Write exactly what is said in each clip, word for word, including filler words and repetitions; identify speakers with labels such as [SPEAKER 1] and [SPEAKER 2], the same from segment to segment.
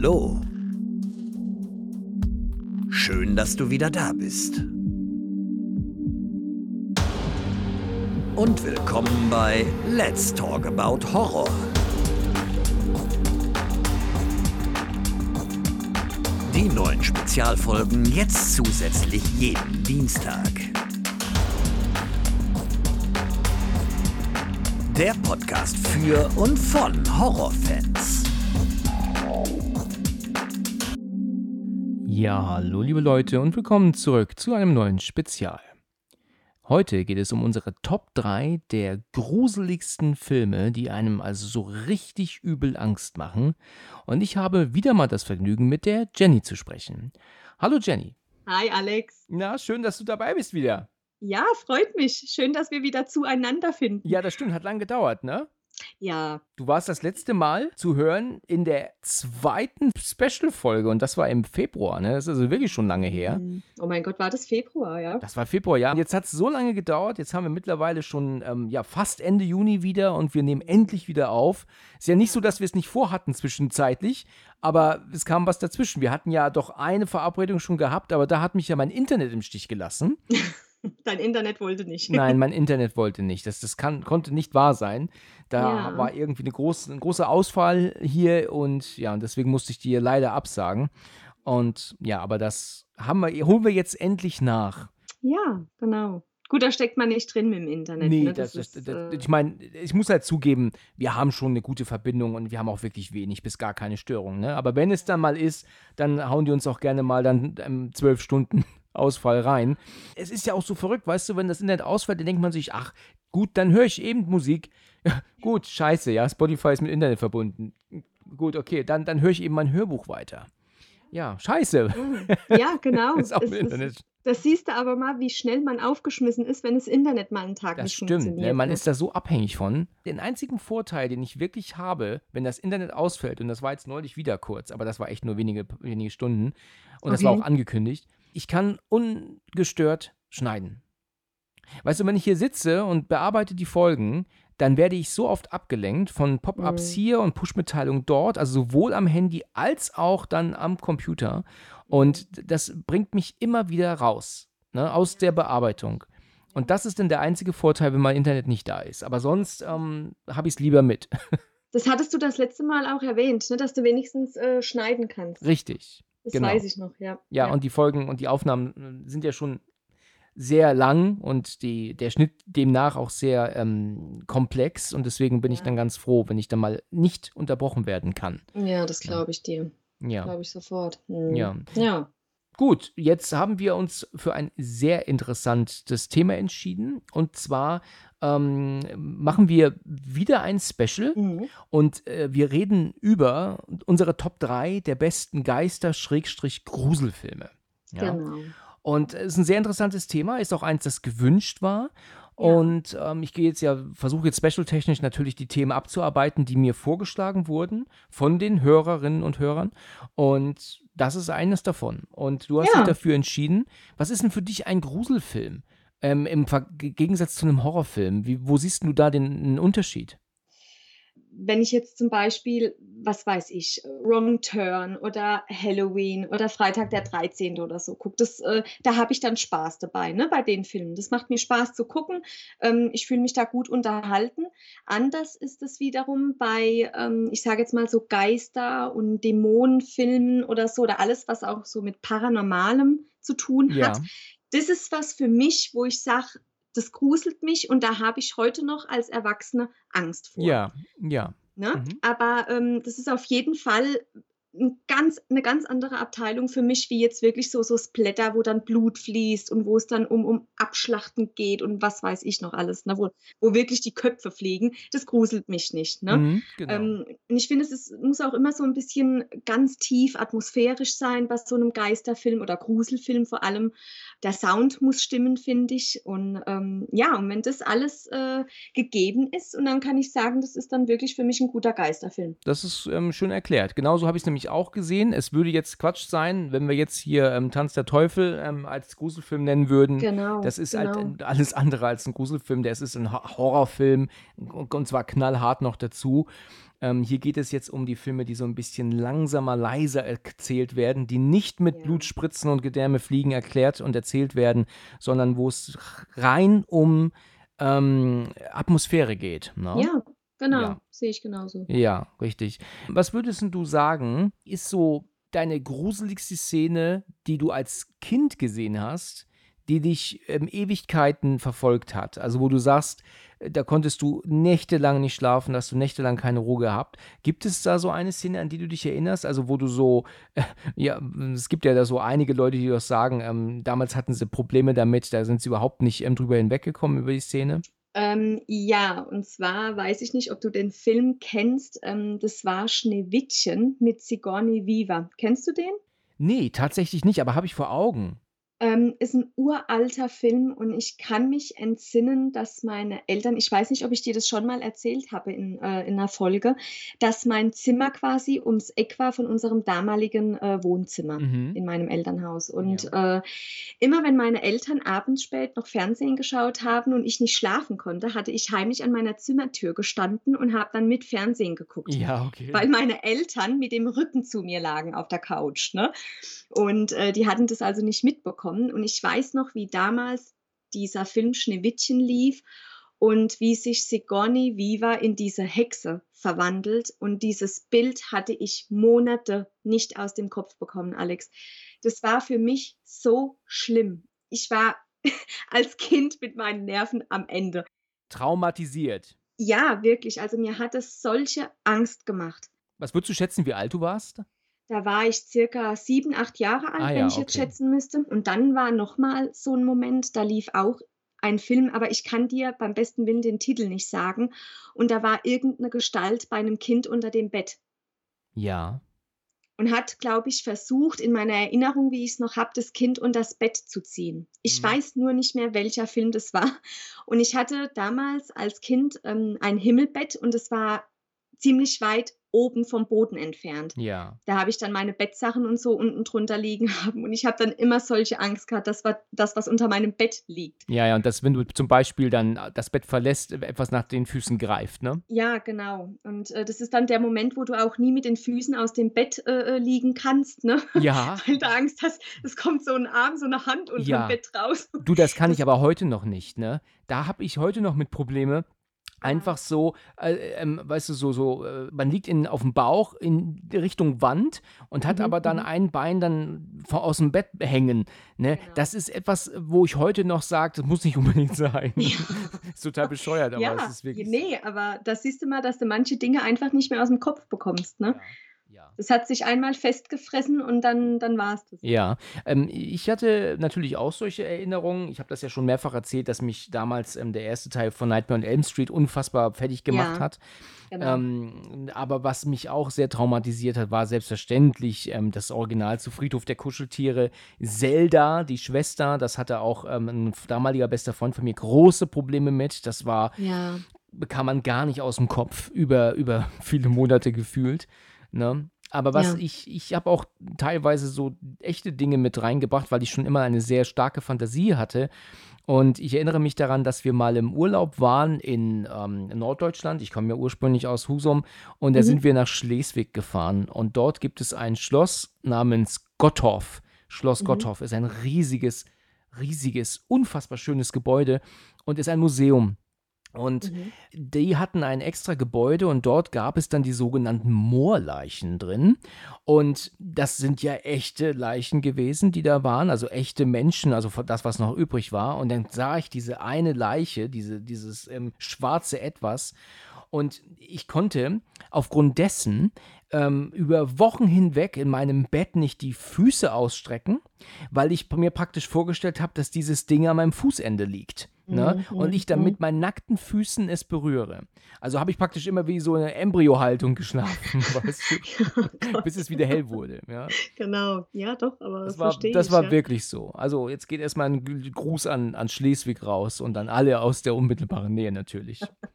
[SPEAKER 1] Hallo. Schön, dass du wieder da bist. Und willkommen bei Let's Talk About Horror. Die neuen Spezialfolgen jetzt zusätzlich jeden Dienstag. Der Podcast für und von Horrorfans.
[SPEAKER 2] Ja, hallo liebe Leute und willkommen zurück zu einem neuen Spezial. Heute geht es um unsere Top drei der gruseligsten Filme, die einem also so richtig übel Angst machen. Und ich habe wieder mal das Vergnügen, mit der Jenny zu sprechen. Hallo Jenny.
[SPEAKER 3] Hi Alex.
[SPEAKER 2] Na, schön, dass du dabei bist wieder.
[SPEAKER 3] Ja, freut mich. Schön, dass wir wieder zueinander finden.
[SPEAKER 2] Ja, das stimmt, hat lang gedauert, ne?
[SPEAKER 3] Ja.
[SPEAKER 2] Du warst das letzte Mal zu hören in der zweiten Special-Folge und das war im Februar, ne? Das ist also wirklich schon lange her.
[SPEAKER 3] Oh mein Gott, war das Februar, ja?
[SPEAKER 2] Das war Februar, ja. Jetzt hat es so lange gedauert, jetzt haben wir mittlerweile schon ähm, ja, fast Ende Juni wieder und wir nehmen endlich wieder auf. Ist ja nicht so, dass wir es nicht vorhatten zwischenzeitlich, aber es kam was dazwischen. Wir hatten ja doch eine Verabredung schon gehabt, aber da hat mich ja mein Internet im Stich gelassen.
[SPEAKER 3] Dein Internet wollte nicht.
[SPEAKER 2] Nein, mein Internet wollte nicht. Das, das kann, konnte nicht wahr sein. Da
[SPEAKER 3] Ja.
[SPEAKER 2] war irgendwie eine große, ein großer Ausfall hier und ja, und deswegen musste ich dir leider absagen. Und ja, aber das haben wir, holen wir jetzt endlich nach.
[SPEAKER 3] Ja, genau. Gut, da steckt man nicht drin mit dem Internet.
[SPEAKER 2] Nee,
[SPEAKER 3] ne?
[SPEAKER 2] das, das,
[SPEAKER 3] ist,
[SPEAKER 2] das,
[SPEAKER 3] äh,
[SPEAKER 2] ich meine, ich muss halt zugeben, wir haben schon eine gute Verbindung und wir haben auch wirklich wenig bis gar keine Störung. Ne? Aber wenn es dann mal ist, dann hauen die uns auch gerne mal dann ähm, zwölf Stunden Ausfall rein. Es ist ja auch so verrückt, weißt du, wenn das Internet ausfällt, dann denkt man sich, ach, gut, dann höre ich eben Musik. Ja, gut, scheiße, ja, Spotify ist mit Internet verbunden. Gut, okay, dann, dann höre ich eben mein Hörbuch weiter. Ja, scheiße.
[SPEAKER 3] ja, genau.
[SPEAKER 2] Ist auch
[SPEAKER 3] Es
[SPEAKER 2] im Internet.
[SPEAKER 3] Ist, das siehst du aber mal, wie schnell man aufgeschmissen ist, wenn das Internet mal einen Tag
[SPEAKER 2] Das
[SPEAKER 3] nicht
[SPEAKER 2] stimmt,
[SPEAKER 3] funktioniert.
[SPEAKER 2] ne? Man
[SPEAKER 3] ne?
[SPEAKER 2] ist da so abhängig von. Den einzigen Vorteil, den ich wirklich habe, wenn das Internet ausfällt, und das war jetzt neulich wieder kurz, aber das war echt nur wenige, wenige Stunden, und das war
[SPEAKER 3] Okay.
[SPEAKER 2] auch angekündigt, ich kann ungestört schneiden. Weißt du, wenn ich hier sitze und bearbeite die Folgen, dann werde ich so oft abgelenkt von Pop-ups
[SPEAKER 3] Mhm.
[SPEAKER 2] hier und Push-Mitteilungen dort, also sowohl am Handy als auch dann am Computer. Und das bringt mich immer wieder raus, ne, aus der Bearbeitung. Und das ist dann der einzige Vorteil, wenn mein Internet nicht da ist. Aber sonst ähm, habe ich es lieber mit.
[SPEAKER 3] Das hattest du das letzte Mal auch erwähnt, ne? Dass du wenigstens äh, schneiden kannst.
[SPEAKER 2] Richtig.
[SPEAKER 3] Das
[SPEAKER 2] genau.
[SPEAKER 3] weiß ich noch, ja.
[SPEAKER 2] Ja, und die Folgen und die Aufnahmen äh, sind ja schon sehr lang und die, der Schnitt demnach auch sehr ähm, komplex. Und deswegen bin ich
[SPEAKER 3] Ja.
[SPEAKER 2] dann ganz froh, wenn ich dann mal nicht unterbrochen werden kann.
[SPEAKER 3] Ja, das glaube ich dir.
[SPEAKER 2] Ja.
[SPEAKER 3] Glaube ich sofort. Mhm.
[SPEAKER 2] Ja.
[SPEAKER 3] Ja.
[SPEAKER 2] Gut, jetzt haben wir uns für ein sehr interessantes Thema entschieden. Und zwar ähm, machen wir wieder ein Special
[SPEAKER 3] Mhm.
[SPEAKER 2] und äh, wir reden über unsere Top drei der besten Geister-Gruselfilme. Ja?
[SPEAKER 3] Genau.
[SPEAKER 2] Und es ist ein sehr interessantes Thema, ist auch eins, das gewünscht war.
[SPEAKER 3] Ja.
[SPEAKER 2] Und ähm, ich gehe jetzt ja, versuche jetzt special-technisch natürlich die Themen abzuarbeiten, die mir vorgeschlagen wurden von den Hörerinnen und Hörern. Und das ist eines davon. Und du hast
[SPEAKER 3] Ja.
[SPEAKER 2] dich dafür entschieden. Was ist denn für dich ein Gruselfilm? Ähm, im Ver Gegensatz zu einem Horrorfilm. Wie, wo siehst du da den, den Unterschied?
[SPEAKER 3] Wenn ich jetzt zum Beispiel, was weiß ich, Wrong Turn oder Halloween oder Freitag der dreizehnte oder so gucke, das, äh, da habe ich dann Spaß dabei, ne, bei den Filmen. Das macht mir Spaß zu gucken. Ähm, ich fühle mich da gut unterhalten. Anders ist es wiederum bei, ähm, ich sage jetzt mal so Geister- und Dämonenfilmen oder so, oder alles, was auch so mit Paranormalem zu tun hat.
[SPEAKER 2] Ja.
[SPEAKER 3] Das ist was für mich, wo ich sage, das gruselt mich und da habe ich heute noch als Erwachsene Angst vor.
[SPEAKER 2] Ja, ja.
[SPEAKER 3] Ne?
[SPEAKER 2] Mhm.
[SPEAKER 3] Aber ähm, das ist auf jeden Fall ein ganz, eine ganz andere Abteilung für mich, wie jetzt wirklich so, so Splatter, wo dann Blut fließt und wo es dann um, um Abschlachten geht und was weiß ich noch alles, ne? wo, wo wirklich die Köpfe fliegen. Das gruselt mich nicht. Ne?
[SPEAKER 2] Mhm, genau.
[SPEAKER 3] Ähm, und ich finde, es ist, muss auch immer so ein bisschen ganz tief atmosphärisch sein bei so einem Geisterfilm oder Gruselfilm vor allem. Der Sound muss stimmen, finde ich. Und ähm, ja, und wenn das alles äh, gegeben ist, und dann kann ich sagen, das ist dann wirklich für mich ein guter Geisterfilm.
[SPEAKER 2] Das ist ähm, schön erklärt. Genauso habe ich es nämlich ich auch gesehen. Es würde jetzt Quatsch sein, wenn wir jetzt hier ähm, Tanz der Teufel ähm, als Gruselfilm nennen würden.
[SPEAKER 3] Genau,
[SPEAKER 2] Das ist
[SPEAKER 3] genau.
[SPEAKER 2] halt alles andere als ein Gruselfilm. Das ist ein Horrorfilm und zwar knallhart noch dazu. Ähm, hier geht es jetzt um die Filme, die so ein bisschen langsamer, leiser erzählt werden, die nicht mit
[SPEAKER 3] Ja.
[SPEAKER 2] Blutspritzen und Gedärme fliegen erklärt und erzählt werden, sondern wo es rein um ähm, Atmosphäre geht. Ne?
[SPEAKER 3] Ja, genau,
[SPEAKER 2] Ja.
[SPEAKER 3] sehe ich genauso.
[SPEAKER 2] Ja, richtig. Was würdest denn du sagen, ist so deine gruseligste Szene, die du als Kind gesehen hast, die dich ähm, Ewigkeiten verfolgt hat? Also wo du sagst, äh, da konntest du nächtelang nicht schlafen, hast du nächtelang keine Ruhe gehabt. Gibt es da so eine Szene, an die du dich erinnerst? Also wo du so, äh, ja, es gibt ja da so einige Leute, die das sagen, ähm, damals hatten sie Probleme damit, da sind sie überhaupt nicht ähm, drüber hinweggekommen über die Szene.
[SPEAKER 3] Ähm, ja, und zwar weiß ich nicht, ob du den Film kennst. Ähm, das war Schneewittchen mit Sigourney Weaver. Kennst du den?
[SPEAKER 2] Nee, tatsächlich nicht, aber habe ich vor Augen.
[SPEAKER 3] Ähm, ist ein uralter Film und ich kann mich entsinnen, dass meine Eltern, ich weiß nicht, ob ich dir das schon mal erzählt habe in, äh, in einer Folge, dass mein Zimmer quasi ums Eck war von unserem damaligen äh, Wohnzimmer
[SPEAKER 2] Mhm.
[SPEAKER 3] in meinem Elternhaus. Und äh, immer wenn meine Eltern abends spät noch Fernsehen geschaut haben und ich nicht schlafen konnte, hatte ich heimlich an meiner Zimmertür gestanden und habe dann mit Fernsehen geguckt.
[SPEAKER 2] Ja, okay.
[SPEAKER 3] Weil meine Eltern mit dem Rücken zu mir lagen auf der Couch, ne? Und äh, die hatten das also nicht mitbekommen. Und ich weiß noch, wie damals dieser Film Schneewittchen lief und wie sich Sigourney Weaver in diese Hexe verwandelt. Und dieses Bild hatte ich Monate nicht aus dem Kopf bekommen, Alex. Das war für mich so schlimm. Ich war als Kind mit meinen Nerven am Ende.
[SPEAKER 2] Traumatisiert.
[SPEAKER 3] Ja, wirklich. Also mir hat es solche Angst gemacht.
[SPEAKER 2] Was würdest du schätzen, wie alt du warst?
[SPEAKER 3] Da war ich circa sieben, acht Jahre alt,
[SPEAKER 2] Ah
[SPEAKER 3] wenn
[SPEAKER 2] ja,
[SPEAKER 3] ich jetzt
[SPEAKER 2] okay.
[SPEAKER 3] schätzen müsste. Und dann war noch mal so ein Moment, da lief auch ein Film, aber ich kann dir beim besten Willen den Titel nicht sagen. Und da war irgendeine Gestalt bei einem Kind unter dem Bett
[SPEAKER 2] Ja.
[SPEAKER 3] und hat, glaube ich, versucht, in meiner Erinnerung, wie ich es noch habe, das Kind unters Bett zu ziehen. Ich
[SPEAKER 2] Mhm.
[SPEAKER 3] weiß nur nicht mehr, welcher Film das war. Und ich hatte damals als Kind ähm, ein Himmelbett und es war ziemlich weit oben vom Boden entfernt.
[SPEAKER 2] Ja.
[SPEAKER 3] Da habe ich dann meine Bettsachen und so unten drunter liegen haben und ich habe dann immer solche Angst gehabt, dass wa das, was unter meinem Bett liegt.
[SPEAKER 2] Ja, ja, und das, wenn du zum Beispiel dann das Bett verlässt, etwas nach den Füßen greift, ne?
[SPEAKER 3] Ja, genau. Und, äh, das ist dann der Moment, wo du auch nie mit den Füßen aus dem Bett, äh, äh, liegen kannst, ne?
[SPEAKER 2] Ja,
[SPEAKER 3] Weil du Angst hast, es kommt so ein Arm, so eine Hand unterm
[SPEAKER 2] ja.
[SPEAKER 3] Bett raus.
[SPEAKER 2] Du, das kann ich
[SPEAKER 3] Das
[SPEAKER 2] aber heute noch nicht, ne? Da habe ich heute noch mit Probleme.
[SPEAKER 3] Ja.
[SPEAKER 2] Einfach so, äh, ähm, weißt du, so, so, äh, man liegt in, auf dem Bauch in Richtung Wand und hat
[SPEAKER 3] Mhm,
[SPEAKER 2] aber dann
[SPEAKER 3] mhm.
[SPEAKER 2] ein Bein dann vor, aus dem Bett hängen. Ne?
[SPEAKER 3] Genau.
[SPEAKER 2] Das ist etwas, wo ich heute noch sage, das muss nicht unbedingt sein.
[SPEAKER 3] Ja.
[SPEAKER 2] Ist total bescheuert, aber es
[SPEAKER 3] Ja,
[SPEAKER 2] ist wirklich.
[SPEAKER 3] ne, aber da siehst du mal, dass du manche Dinge einfach nicht mehr aus dem Kopf bekommst, ne?
[SPEAKER 2] Ja, ja.
[SPEAKER 3] Das hat sich einmal festgefressen und dann dann war's das.
[SPEAKER 2] Ja, ähm, ich hatte natürlich auch solche Erinnerungen. Ich habe das ja schon mehrfach erzählt, dass mich damals ähm, der erste Teil von Nightmare on Elm Street unfassbar fertig gemacht
[SPEAKER 3] Ja,
[SPEAKER 2] hat.
[SPEAKER 3] genau.
[SPEAKER 2] Ähm, aber was mich auch sehr traumatisiert hat, war selbstverständlich ähm, das Original zu Friedhof der Kuscheltiere. Zelda, die Schwester, das hatte auch ähm, ein damaliger bester Freund von mir große Probleme mit. Das war,
[SPEAKER 3] Ja.
[SPEAKER 2] bekam man gar nicht aus dem Kopf, über, über viele Monate gefühlt. Ne? Aber was
[SPEAKER 3] Ja.
[SPEAKER 2] ich, ich habe auch teilweise so echte Dinge mit reingebracht, weil ich schon immer eine sehr starke Fantasie hatte. Und ich erinnere mich daran, dass wir mal im Urlaub waren in, ähm, in Norddeutschland. Ich komme ja ursprünglich aus Husum. Und da
[SPEAKER 3] Mhm.
[SPEAKER 2] sind wir nach Schleswig gefahren. Und dort gibt es ein Schloss namens Gottorf. Schloss
[SPEAKER 3] Mhm.
[SPEAKER 2] Gottorf ist ein riesiges, riesiges, unfassbar schönes Gebäude und ist ein Museum. Und
[SPEAKER 3] Mhm.
[SPEAKER 2] die hatten ein extra Gebäude und dort gab es dann die sogenannten Moorleichen drin. Und das sind ja echte Leichen gewesen, die da waren, also echte Menschen, also von das, was noch übrig war. Und dann sah ich diese eine Leiche, diese, dieses ähm, schwarze Etwas. Und ich konnte aufgrund dessen ähm, über Wochen hinweg in meinem Bett nicht die Füße ausstrecken, weil ich mir praktisch vorgestellt habe, dass dieses Ding an meinem Fußende liegt. Ne?
[SPEAKER 3] Mhm,
[SPEAKER 2] Und ich dann
[SPEAKER 3] mhm.
[SPEAKER 2] mit meinen nackten Füßen es berühre. Also habe ich praktisch immer wie so eine Embryohaltung geschlafen, weißt du?
[SPEAKER 3] Oh Gott.
[SPEAKER 2] Bis es wieder hell wurde. Ja?
[SPEAKER 3] Genau. Ja, doch, aber
[SPEAKER 2] Das
[SPEAKER 3] das
[SPEAKER 2] war,
[SPEAKER 3] verstehe
[SPEAKER 2] das
[SPEAKER 3] ich,
[SPEAKER 2] war
[SPEAKER 3] ja.
[SPEAKER 2] wirklich so. Also jetzt geht erstmal ein Gruß an, an Schleswig raus und an alle aus der unmittelbaren Nähe natürlich.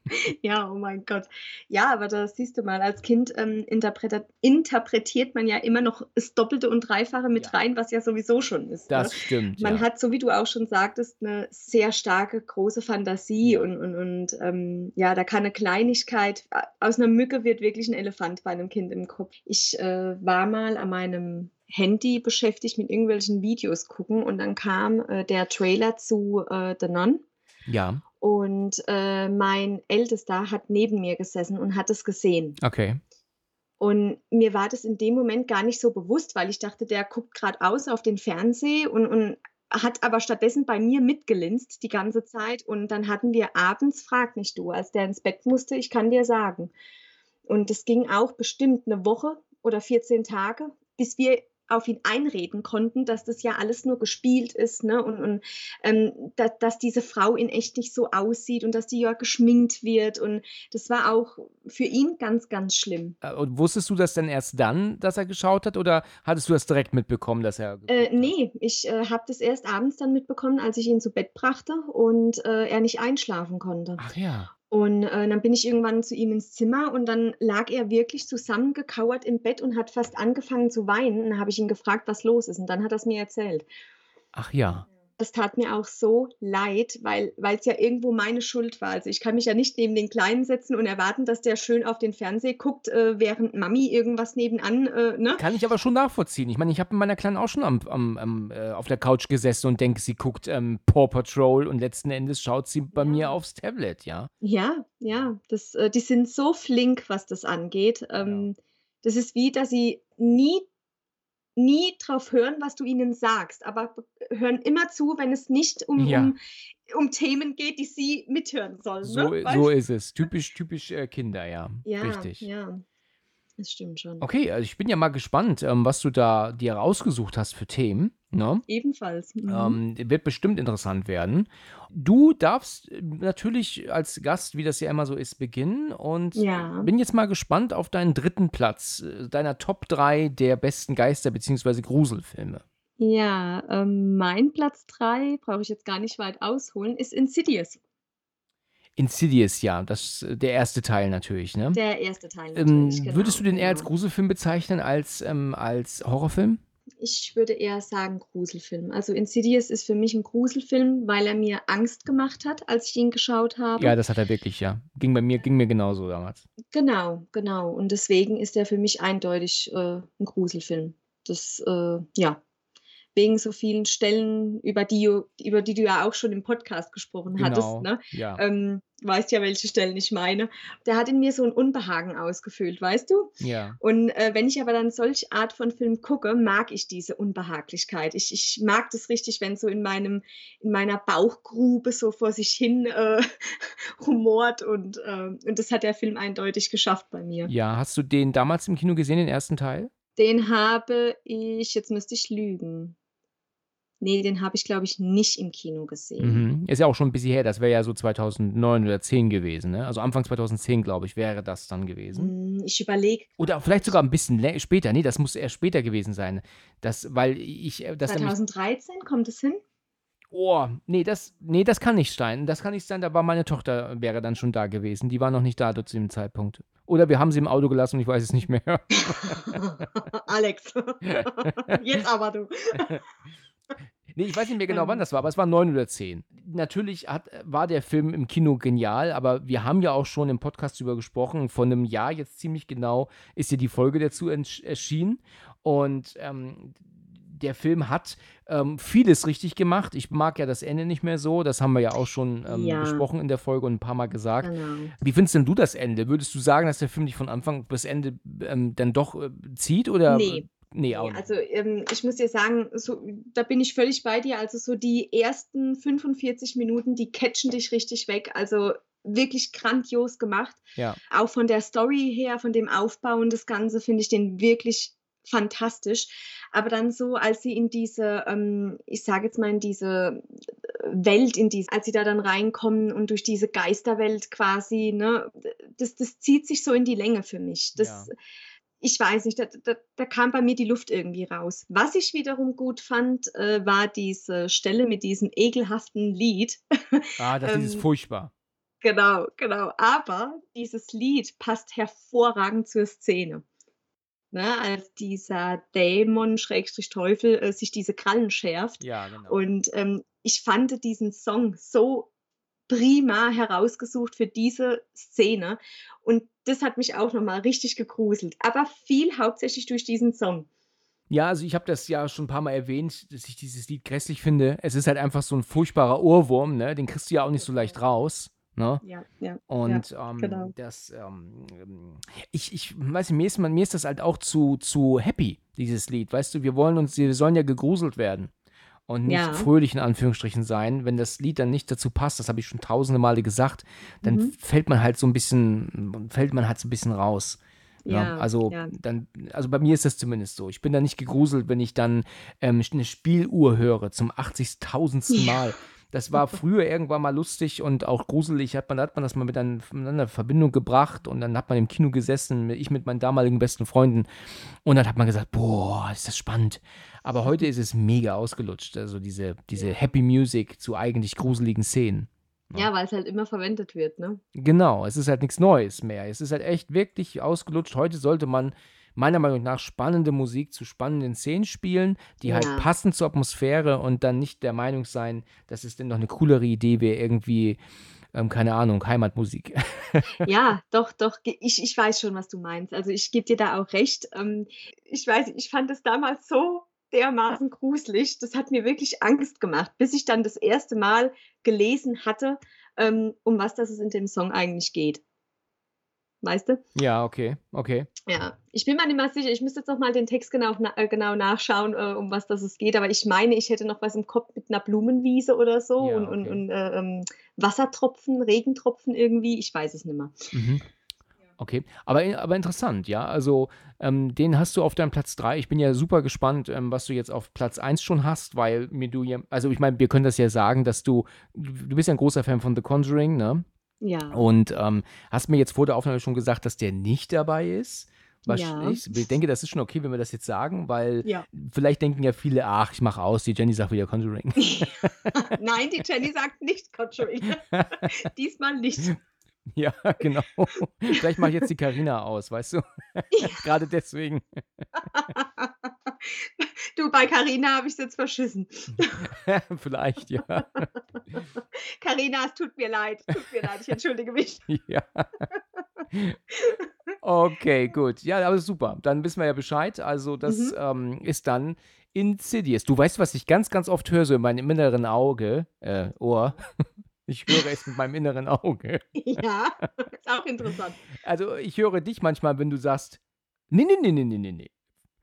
[SPEAKER 3] Ja, oh mein Gott. Ja, aber da siehst du mal, als Kind ähm, interpretiert, interpretiert man ja immer noch das Doppelte und Dreifache mit
[SPEAKER 2] Ja,
[SPEAKER 3] rein, was ja sowieso schon ist. Ne?
[SPEAKER 2] das stimmt,
[SPEAKER 3] Man
[SPEAKER 2] ja.
[SPEAKER 3] hat, so wie du auch schon sagtest, eine sehr starke, große Fantasie
[SPEAKER 2] Ja.
[SPEAKER 3] und, und, und ähm, ja, da kann eine Kleinigkeit, äh, aus einer Mücke wird wirklich ein Elefant bei einem Kind im Kopf. Ich äh, war mal an meinem Handy beschäftigt mit irgendwelchen Videos gucken und dann kam äh, der Trailer zu äh, The Nun.
[SPEAKER 2] Ja,
[SPEAKER 3] Und äh, mein Ältester hat neben mir gesessen und hat es gesehen.
[SPEAKER 2] okay.
[SPEAKER 3] Und mir war das in dem Moment gar nicht so bewusst, weil ich dachte, der guckt gerade aus auf den Fernseher und, und hat aber stattdessen bei mir mitgelinst die ganze Zeit. Und dann hatten wir abends, frag nicht du, als der ins Bett musste, ich kann dir sagen. Und das ging auch bestimmt eine Woche oder vierzehn Tage, bis wir auf ihn einreden konnten, dass das ja alles nur gespielt ist, ne? Und, und ähm, da, dass diese Frau in echt nicht so aussieht und dass die ja geschminkt wird. Und das war auch für ihn ganz, ganz schlimm.
[SPEAKER 2] Äh, Und wusstest du das denn erst dann, dass er geschaut hat, oder hattest du das direkt mitbekommen, dass er
[SPEAKER 3] Äh,
[SPEAKER 2] geguckt hat?
[SPEAKER 3] nee, ich äh, habe das erst abends dann mitbekommen, als ich ihn zu Bett brachte und äh, er nicht einschlafen konnte.
[SPEAKER 2] Ach ja.
[SPEAKER 3] Und äh, dann bin ich irgendwann zu ihm ins Zimmer und dann lag er wirklich zusammengekauert im Bett und hat fast angefangen zu weinen. Und dann habe ich ihn gefragt, was los ist. Und dann hat er es mir erzählt.
[SPEAKER 2] Ach ja.
[SPEAKER 3] Das tat mir auch so leid, weil es ja irgendwo meine Schuld war. Also ich kann mich ja nicht neben den Kleinen setzen und erwarten, dass der schön auf den Fernseher guckt, äh, während Mami irgendwas nebenan, äh, ne?
[SPEAKER 2] Kann ich aber schon nachvollziehen. Ich meine, ich habe mit meiner Kleinen auch schon am, am, am, äh, auf der Couch gesessen und denke, sie guckt ähm, Paw Patrol und letzten Endes schaut sie bei mir
[SPEAKER 3] Ja.
[SPEAKER 2] aufs Tablet, ja.
[SPEAKER 3] Ja, ja, das, äh, die sind so flink, was das angeht.
[SPEAKER 2] Ja.
[SPEAKER 3] Ähm, das ist wie, dass sie nie nie drauf hören, was du ihnen sagst, aber b hören immer zu, wenn es nicht um
[SPEAKER 2] Ja,
[SPEAKER 3] um um Themen geht, die sie mithören sollen, ne?
[SPEAKER 2] so, i- so
[SPEAKER 3] Weißt
[SPEAKER 2] ist es. Typisch, typisch äh, Kinder, ja.
[SPEAKER 3] Ja,
[SPEAKER 2] Richtig.
[SPEAKER 3] ja, das stimmt schon.
[SPEAKER 2] Okay, also ich bin ja mal gespannt, ähm, was du da dir rausgesucht hast für Themen. Ne?
[SPEAKER 3] Ebenfalls. Mhm.
[SPEAKER 2] Ähm, wird bestimmt interessant werden. Du darfst äh, natürlich als Gast, wie das ja immer so ist, beginnen und äh,
[SPEAKER 3] Ja.
[SPEAKER 2] bin jetzt mal gespannt auf deinen dritten Platz, äh, deiner Top drei der besten Geister- bzw. Gruselfilme.
[SPEAKER 3] Ja, ähm, mein Platz drei, brauche ich jetzt gar nicht weit ausholen, ist Insidious,
[SPEAKER 2] Insidious, ja, das äh, der erste Teil natürlich, ne?
[SPEAKER 3] der erste Teil natürlich,
[SPEAKER 2] Ähm, würdest
[SPEAKER 3] genau,
[SPEAKER 2] du den eher als
[SPEAKER 3] genau.
[SPEAKER 2] Gruselfilm bezeichnen als, ähm, als Horrorfilm?
[SPEAKER 3] Ich würde eher sagen Gruselfilm. Also Insidious ist für mich ein Gruselfilm, weil er mir Angst gemacht hat, als ich ihn geschaut habe.
[SPEAKER 2] Ja, das hat er wirklich, ja. Ging bei mir, ging mir genauso damals.
[SPEAKER 3] Genau, genau. Und deswegen ist er für mich eindeutig äh, 'n Gruselfilm. Das, äh ja, wegen so vielen Stellen, über die du über die du ja auch schon im Podcast gesprochen hattest,
[SPEAKER 2] Genau,
[SPEAKER 3] ne?
[SPEAKER 2] ja.
[SPEAKER 3] Ähm, weißt ja, welche Stellen ich meine. Der hat in mir so 'n Unbehagen ausgefüllt, weißt du?
[SPEAKER 2] Ja.
[SPEAKER 3] Und, äh, wenn ich aber dann solch Art von Film gucke, mag ich diese Unbehaglichkeit. Ich ich mag das richtig, wenn so in meinem in meiner Bauchgrube so vor sich hin, äh, rumort und, ähm und das hat der Film eindeutig geschafft bei mir.
[SPEAKER 2] Ja, hast du den damals im Kino gesehen, den ersten Teil?
[SPEAKER 3] Den habe ich jetzt müsste ich lügen. Ne, den habe ich, glaube ich, nicht im Kino gesehen.
[SPEAKER 2] Mhm. Ist ja auch schon ein bisschen her, das wäre ja so zweitausendneun oder zehn gewesen, ne? Also Anfang zweitausendzehn, glaube ich, wäre das dann gewesen.
[SPEAKER 3] Hm, ich überlege
[SPEAKER 2] Oder vielleicht sogar ein bisschen lä später. Ne, das muss eher später gewesen sein. Das weil ich äh, das nämlich
[SPEAKER 3] zweitausenddreizehn, kommt es hin?
[SPEAKER 2] oh, ne, das ne, das kann nicht sein. Das kann nicht sein, da war meine Tochter wäre dann schon da gewesen. Die war noch nicht da zu dem Zeitpunkt. Oder wir haben sie im Auto gelassen und ich weiß es nicht mehr.
[SPEAKER 3] Alex, jetzt aber du.
[SPEAKER 2] Ne, ich weiß nicht mehr genau, wann
[SPEAKER 3] Ähm,
[SPEAKER 2] das war, aber es war neun oder zehn. Natürlich hat war der Film im Kino genial, aber wir haben ja auch schon im Podcast drüber gesprochen. Vor 'nem Jahr jetzt ziemlich genau ist ja die Folge dazu entsch erschienen und, ähm, der Film hat, ähm, vieles richtig gemacht. Ich mag ja das Ende nicht mehr so. Das haben wir ja auch schon, ähm,
[SPEAKER 3] ja,
[SPEAKER 2] besprochen in der Folge und 'n paar Mal gesagt.
[SPEAKER 3] genau.
[SPEAKER 2] Wie findest denn du das Ende? Würdest du sagen, dass der Film dich von Anfang bis Ende, ähm, dann doch, äh, zieht oder
[SPEAKER 3] Ne,
[SPEAKER 2] ne,
[SPEAKER 3] ne,
[SPEAKER 2] auch nicht?
[SPEAKER 3] also, ähm, ich muss dir sagen, so da bin ich völlig bei dir. Also, so die ersten fünfundvierzig Minuten, die catchen dich richtig weg. Also, wirklich grandios gemacht.
[SPEAKER 2] Ja.
[SPEAKER 3] Auch von der Story her, von dem Aufbau und das Ganze finde ich den wirklich fantastisch. Aber dann so, als sie in diese, ähm, ich sage jetzt mal, in diese äh, Welt, in diese als sie da dann reinkommen und durch diese Geisterwelt quasi, ne, das das zieht sich so in die Länge für mich.
[SPEAKER 2] Ja.
[SPEAKER 3] Das ich weiß nicht, da da da kam bei mir die Luft irgendwie raus. Was ich wiederum gut fand, äh, war diese Stelle mit diesem ekelhaften Lied.
[SPEAKER 2] Ah, das Lied ist
[SPEAKER 3] Ähm,
[SPEAKER 2] furchtbar.
[SPEAKER 3] Genau, genau. Aber dieses Lied passt hervorragend zur Szene, ne, als dieser Dämon Schrägstrich Teufel, äh, sich diese Krallen schärft.
[SPEAKER 2] Ja, genau.
[SPEAKER 3] Und, ähm, ich fand diesen Song so prima herausgesucht für diese Szene und das hat mich auch noch mal richtig gegruselt, aber viel hauptsächlich durch diesen Song.
[SPEAKER 2] Ja, also ich habe das ja schon ein paar Mal erwähnt, dass ich dieses Lied grässlich finde. Es ist halt einfach so ein furchtbarer Ohrwurm, ne? Den kriegst du ja auch nicht so leicht raus, ne?
[SPEAKER 3] Ja, ja, ja,
[SPEAKER 2] Und, ähm,
[SPEAKER 3] genau.
[SPEAKER 2] das, ähm, ähm ich ich weiß nicht, mir ist man mir ist das halt auch zu zu happy, dieses Lied, weißt du? Wir wollen uns wir sollen ja gegruselt werden und nicht
[SPEAKER 3] Ja,
[SPEAKER 2] fröhlich in Anführungsstrichen sein. Wenn das Lied dann nicht dazu passt, das habe ich schon tausende Male gesagt, dann
[SPEAKER 3] mhm.
[SPEAKER 2] fällt man halt so ein bisschen fällt man halt so ein bisschen raus. Ja,
[SPEAKER 3] Ja,
[SPEAKER 2] also
[SPEAKER 3] ja.
[SPEAKER 2] dann also bei mir ist das zumindest so. Ich bin da nicht gegruselt, wenn ich dann, ähm, 'ne Spieluhr höre zum achtzigtausendsten
[SPEAKER 3] Ja.
[SPEAKER 2] Mal. Das war früher irgendwann mal lustig und auch gruselig, hat man hat man das mal mitan miteinander in Verbindung gebracht und dann hat man im Kino gesessen, ich mit meinen damaligen besten Freunden und dann hat man gesagt: „Boah, ist das spannend.“ Aber heute ist es mega ausgelutscht, also diese diese
[SPEAKER 3] Ja.
[SPEAKER 2] Happy Music zu eigentlich gruseligen Szenen, ne?
[SPEAKER 3] Ja, weil's halt immer verwendet wird, ne?
[SPEAKER 2] Genau, es ist halt nichts Neues mehr. Es ist halt echt wirklich ausgelutscht. Heute sollte man meiner Meinung nach spannende Musik zu spannenden Szenen spielen, die halt
[SPEAKER 3] Ja.
[SPEAKER 2] passen zur Atmosphäre und dann nicht der Meinung sein, dass es denn noch eine coolere Idee wäre, irgendwie, ähm, keine Ahnung, Heimatmusik.
[SPEAKER 3] Ja, doch, doch, ge ich ich weiß schon, was du meinst. Also, ich gebe dir da auch recht. Ähm, ich weiß nicht, ich fand es damals so dermaßen gruselig. Das hat mir wirklich Angst gemacht, bis ich dann das erste Mal gelesen hatte, ähm, um was das es in dem Song eigentlich geht. Weißt du?
[SPEAKER 2] Ja, okay, okay.
[SPEAKER 3] Ja, ich bin mir nicht mehr sicher. Ich müsste jetzt noch mal den Text genau na äh, genau nachschauen, äh, um was das es geht, aber ich meine, ich hätte noch was im Kopf mit 'ner Blumenwiese oder so und
[SPEAKER 2] Ja,
[SPEAKER 3] und
[SPEAKER 2] okay.
[SPEAKER 3] und, äh, ähm, Wassertropfen, Regentropfen irgendwie, ich weiß es nicht mehr.
[SPEAKER 2] Mhm. Okay, aber i aber interessant, ja. Also, ähm, den hast du auf deinem Platz drei. Ich bin ja super gespannt, ähm, was du jetzt auf Platz eins schon hast, weil mir du ja also, ich meine, wir können das ja sagen, dass du du du bist ja 'n großer Fan von „The Conjuring“, ne?
[SPEAKER 3] Ja,
[SPEAKER 2] Und, ähm, hast mir jetzt vor der Aufnahme schon gesagt, dass der nicht dabei ist. Wahrsch
[SPEAKER 3] ja,
[SPEAKER 2] ich ich denke, das ist schon okay, wenn wir das jetzt sagen, weil
[SPEAKER 3] ja.
[SPEAKER 2] vielleicht denken ja viele: „Ach, ich mache aus, die Jenny sagt wieder „Conjuring“.“
[SPEAKER 3] Nein, die Jenny sagt nicht Conjuring. Diesmal nicht.
[SPEAKER 2] Ja, genau. Vielleicht mache ich jetzt die Carina aus, weißt du? Grade deswegen.
[SPEAKER 3] Du, bei Carina habe ich's jetzt verschissen.
[SPEAKER 2] Vielleicht, ja.
[SPEAKER 3] Carina, es tut mir leid. Tut mir leid, ich entschuldige mich.
[SPEAKER 2] Ja. Okay, gut. Ja, aber super. Dann wissen wir ja Bescheid. Also, das,
[SPEAKER 3] Mhm.
[SPEAKER 2] ähm, ist dann Insidious. Du weißt, was ich ganz, ganz oft höre, so in meinem inneren Auge äh, Ohr. Ich höre es mit meinem inneren Auge.
[SPEAKER 3] Ja, ist auch interessant.
[SPEAKER 2] Also, ich höre dich manchmal, wenn du sagst: „Ne, ne, ne, ne, ne, ne, ne.“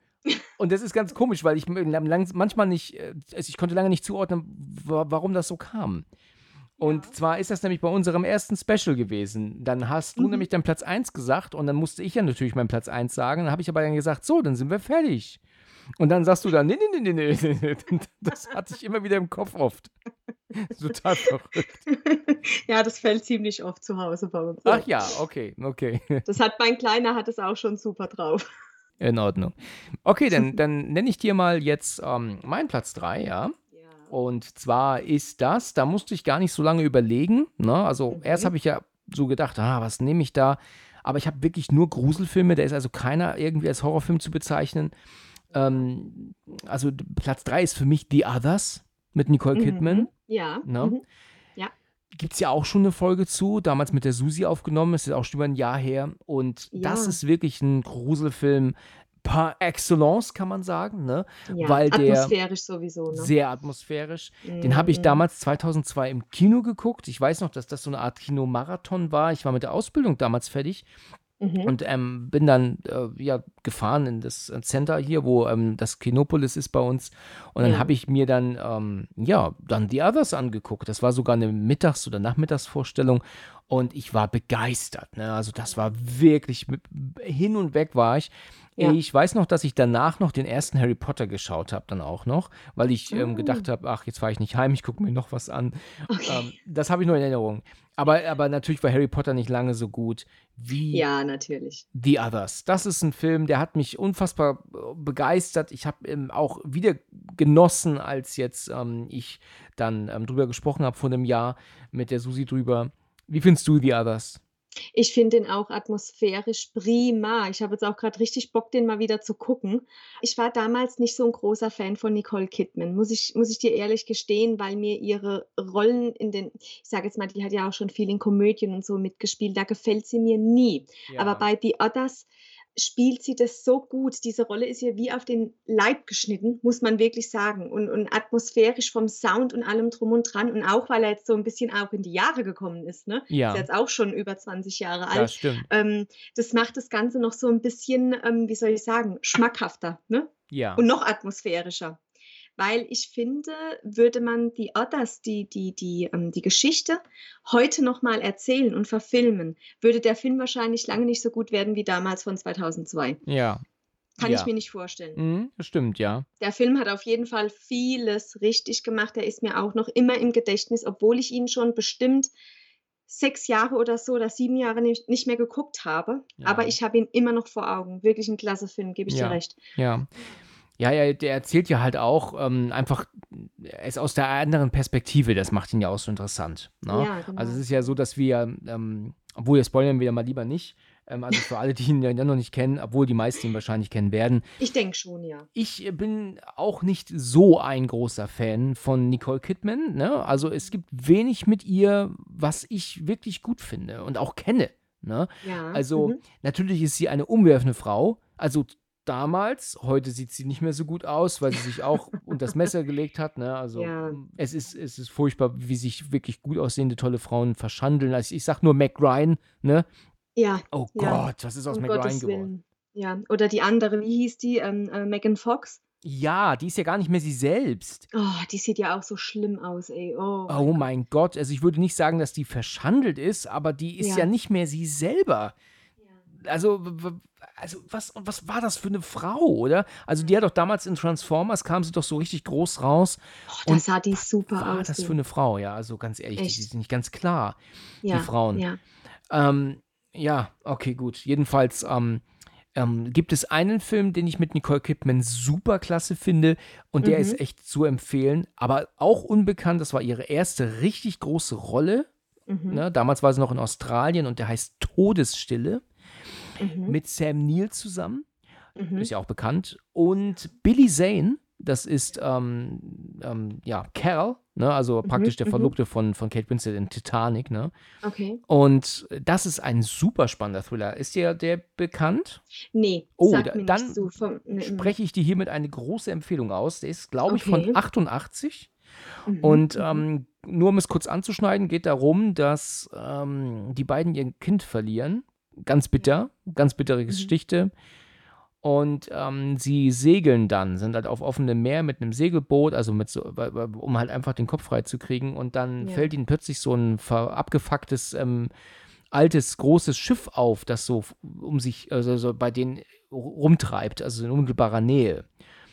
[SPEAKER 2] Und das ist ganz komisch, weil ich m langs manchmal nicht äh, also, ich konnte lange nicht zuordnen, wa warum das so kam. Und
[SPEAKER 3] Ja.
[SPEAKER 2] zwar ist das nämlich bei unserem ersten Special gewesen. Dann hast du
[SPEAKER 3] Mhm.
[SPEAKER 2] nämlich deinen Platz eins gesagt und dann musste ich ja natürlich meinen Platz eins sagen. Dann habe ich aber dann gesagt: „So, dann sind wir fertig.“ Und dann sagst du dann: „Ne, ne, ne, ne, ne, ne, ne.“ Das hatte ich immer wieder im Kopf oft. Total verrückt.
[SPEAKER 3] Ja, das fällt ziemlich oft zu Hause bei uns,
[SPEAKER 2] Ach
[SPEAKER 3] ja.
[SPEAKER 2] ja, okay, okay.
[SPEAKER 3] Das hat mein Kleiner hat es auch schon super drauf.
[SPEAKER 2] In Ordnung. Okay, dann dann nenne ich dir mal jetzt, ähm, meinen Platz drei, ja?
[SPEAKER 3] Ja.
[SPEAKER 2] Und zwar ist das da musste ich gar nicht so lange überlegen, ne? Also, erst
[SPEAKER 3] Mhm.
[SPEAKER 2] habe ich ja so gedacht: „Ah, was nehme ich da?“ Aber ich habe wirklich nur Gruselfilme, da ist also keiner irgendwie als Horrorfilm zu bezeichnen.
[SPEAKER 3] Ja.
[SPEAKER 2] Ähm, also, d Platz drei ist für mich „The Others“ mit Nicole Kidman,
[SPEAKER 3] Mhm. Ja.
[SPEAKER 2] ne?
[SPEAKER 3] Mhm. Ja.
[SPEAKER 2] Gibt's ja auch schon 'ne Folge zu, damals mit der Susi aufgenommen, ist jetzt auch schon über 'n Jahr her. Und das
[SPEAKER 3] Ja.
[SPEAKER 2] ist wirklich 'n Gruselfilm par excellence, kann man sagen, ne?
[SPEAKER 3] Ja,
[SPEAKER 2] Weil der
[SPEAKER 3] atmosphärisch sowieso, ne?
[SPEAKER 2] sehr atmosphärisch. Den habe
[SPEAKER 3] Mhm,
[SPEAKER 2] ich
[SPEAKER 3] mhm.
[SPEAKER 2] damals zweitausendzwei im Kino geguckt. Ich weiß noch, dass das so 'ne Art Kinomarathon war. Ich war mit der Ausbildung damals fertig
[SPEAKER 3] Mhm.
[SPEAKER 2] und, ähm, bin dann, äh, ja, gefahren in das, äh, Center hier, wo, ähm, das Kinopolis ist bei uns. Und dann
[SPEAKER 3] Ja.
[SPEAKER 2] habe ich mir dann, ähm, ja, dann „The Others“ angeguckt. Das war sogar 'ne Mittags oder Nachmittagsvorstellung und ich war begeistert, ne? Also, das war wirklich m hin und weg war ich.
[SPEAKER 3] Ja.
[SPEAKER 2] Ich weiß noch, dass ich danach noch den ersten Harry Potter geschaut habe dann auch noch, weil ich, ähm,
[SPEAKER 3] Ah,
[SPEAKER 2] gedacht habe: „Ach, jetzt fahre ich nicht heim, ich gucke mir noch was an.“
[SPEAKER 3] okay.
[SPEAKER 2] Ähm, das habe ich noch in Erinnerung. Aber aber natürlich war Harry Potter nicht lange so gut wie
[SPEAKER 3] Ja, natürlich.
[SPEAKER 2] The Others. Das ist 'n Film, der hat mich unfassbar, äh, begeistert. Ich habe, ähm, auch wieder genossen, als jetzt, ähm, ich dann, ähm, drüber gesprochen habe vor 'nem Jahr mit der Susi drüber, Wie findest du The Others?
[SPEAKER 3] Ich finde den auch atmosphärisch prima. Ich habe jetzt auch gerade richtig Bock, den mal wieder zu gucken. Ich war damals nicht so ein großer Fan von Nicole Kidman, muss ich muss ich dir ehrlich gestehen, weil mir ihre Rollen in den ich sage jetzt mal, die hat ja auch schon viel in Komödien und so mitgespielt, da gefällt sie mir nie. Aber
[SPEAKER 2] Ja.
[SPEAKER 3] bei The Others spielt sie das so gut. Diese Rolle ist ihr wie auf den Leib geschnitten, muss man wirklich sagen. Und, und atmosphärisch vom Sound und allem drum und dran. Und auch, weil er jetzt so ein bisschen auch in die Jahre gekommen ist. Ne? Ist ja
[SPEAKER 2] Ja,
[SPEAKER 3] jetzt auch schon über zwanzig Jahre alt.
[SPEAKER 2] das stimmt.
[SPEAKER 3] Ähm, das macht das Ganze noch so ein bisschen, ähm, wie soll ich sagen, schmackhafter, ne?
[SPEAKER 2] Ja.
[SPEAKER 3] Und noch atmosphärischer. Weil ich finde, würde man die Others, die, die, die, ähm, die Geschichte heute nochmal erzählen und verfilmen, würde der Film wahrscheinlich lange nicht so gut werden wie damals von zweitausendzwei.
[SPEAKER 2] Ja.
[SPEAKER 3] Kann ich
[SPEAKER 2] Ja.
[SPEAKER 3] mir nicht vorstellen.
[SPEAKER 2] Mhm, das stimmt, ja.
[SPEAKER 3] Der Film hat auf jeden Fall vieles richtig gemacht. Er ist mir auch noch immer im Gedächtnis, obwohl ich ihn schon bestimmt sechs Jahre oder so oder sieben Jahre nicht, nicht mehr geguckt habe.
[SPEAKER 2] Ja.
[SPEAKER 3] Aber ich habe ihn immer noch vor Augen. Wirklich ein klasse Film, gebe ich dir
[SPEAKER 2] Ja.
[SPEAKER 3] recht.
[SPEAKER 2] Ja. Ja, ja, der erzählt ja halt auch ähm, einfach, er ist aus der anderen Perspektive, das macht ihn ja auch so interessant. Ne?
[SPEAKER 3] Ja, genau.
[SPEAKER 2] Also es ist ja so, dass wir, ähm, obwohl wir spoilern wir ja mal lieber nicht, ähm, also für alle, die ihn ja noch nicht kennen, obwohl die meisten ihn wahrscheinlich kennen werden,
[SPEAKER 3] Ich denke schon, ja.
[SPEAKER 2] ich bin auch nicht so ein großer Fan von Nicole Kidman. Ne? Also es gibt wenig mit ihr, was ich wirklich gut finde und auch kenne. Ne?
[SPEAKER 3] Ja.
[SPEAKER 2] Also
[SPEAKER 3] mhm.
[SPEAKER 2] natürlich ist sie eine umwerfende Frau. Also damals, heute sieht sie nicht mehr so gut aus, weil sie sich auch unter das Messer gelegt hat. Ne? Also
[SPEAKER 3] Ja.
[SPEAKER 2] es ist, es ist furchtbar, wie sich wirklich gut aussehende, tolle Frauen verschandeln. Also ich sag nur Meg Ryan, ne?
[SPEAKER 3] Ja.
[SPEAKER 2] Oh
[SPEAKER 3] ja.
[SPEAKER 2] Gott, was ist aus
[SPEAKER 3] Um
[SPEAKER 2] Meg Ryan
[SPEAKER 3] Gottes
[SPEAKER 2] geworden?
[SPEAKER 3] Willen. Ja. Oder die andere, wie hieß die? Ähm, äh, Megan Fox.
[SPEAKER 2] Ja, die ist ja gar nicht mehr sie selbst.
[SPEAKER 3] Oh, die sieht ja auch so schlimm aus, ey. Oh, mein
[SPEAKER 2] Oh
[SPEAKER 3] Gott.
[SPEAKER 2] mein Gott, also ich würde nicht sagen, dass die verschandelt ist, aber die ist ja,
[SPEAKER 3] Ja.
[SPEAKER 2] nicht mehr sie selber.
[SPEAKER 3] Ja.
[SPEAKER 2] Also, w- w- also was, was war das für eine Frau, oder? Also die hat doch damals in Transformers, kam sie doch so richtig groß raus.
[SPEAKER 3] Oh, da
[SPEAKER 2] Und
[SPEAKER 3] sah die super
[SPEAKER 2] war
[SPEAKER 3] aus.
[SPEAKER 2] das
[SPEAKER 3] du.
[SPEAKER 2] für eine Frau? Ja, also ganz ehrlich, die, die
[SPEAKER 3] Echt.
[SPEAKER 2] sind nicht ganz klar, die
[SPEAKER 3] Ja.
[SPEAKER 2] Frauen.
[SPEAKER 3] Ja.
[SPEAKER 2] Ähm, ja, okay, gut. Jedenfalls ähm, ähm, gibt es einen Film, den ich mit Nicole Kidman super klasse finde und der
[SPEAKER 3] Mhm.
[SPEAKER 2] ist echt zu empfehlen, aber auch unbekannt. Das war ihre erste richtig große Rolle.
[SPEAKER 3] Mhm.
[SPEAKER 2] Ne? Damals war sie noch in Australien und der heißt Todesstille
[SPEAKER 3] Mhm.
[SPEAKER 2] mit Sam Neill zusammen.
[SPEAKER 3] Mhm.
[SPEAKER 2] Ist ja auch bekannt. Und Billy Zane, das ist ähm, ähm, ja, Cal, ne? Also praktisch der
[SPEAKER 3] mhm.
[SPEAKER 2] Verlobte von, von Kate Winslet in Titanic. Ne?
[SPEAKER 3] Okay.
[SPEAKER 2] Und das ist ein super spannender Thriller. Ist dir der bekannt?
[SPEAKER 3] Nee,
[SPEAKER 2] Oh,
[SPEAKER 3] sagt
[SPEAKER 2] da-
[SPEAKER 3] mir
[SPEAKER 2] dann
[SPEAKER 3] nichts zu. Vom, ne,
[SPEAKER 2] Spreche ich dir hiermit eine große Empfehlung aus. Der ist, glaube ich,
[SPEAKER 3] Okay.
[SPEAKER 2] von achtundachtzig.
[SPEAKER 3] mhm.
[SPEAKER 2] Und
[SPEAKER 3] mhm.
[SPEAKER 2] ähm, nur um es kurz anzuschneiden, geht darum, dass ähm, die beiden ihr Kind verlieren. Ganz bitter, ganz bittere
[SPEAKER 3] Mhm.
[SPEAKER 2] Geschichte. Und ähm, sie segeln dann, sind halt auf offenem Meer mit einem Segelboot, also mit so, weil- weil- um halt einfach den Kopf frei zu kriegen. Und dann
[SPEAKER 3] Ja.
[SPEAKER 2] fällt ihnen plötzlich so ein ver- abgefucktes, ähm, altes, großes Schiff auf, das so f- um sich, also so bei denen rumtreibt, also in unmittelbarer Nähe.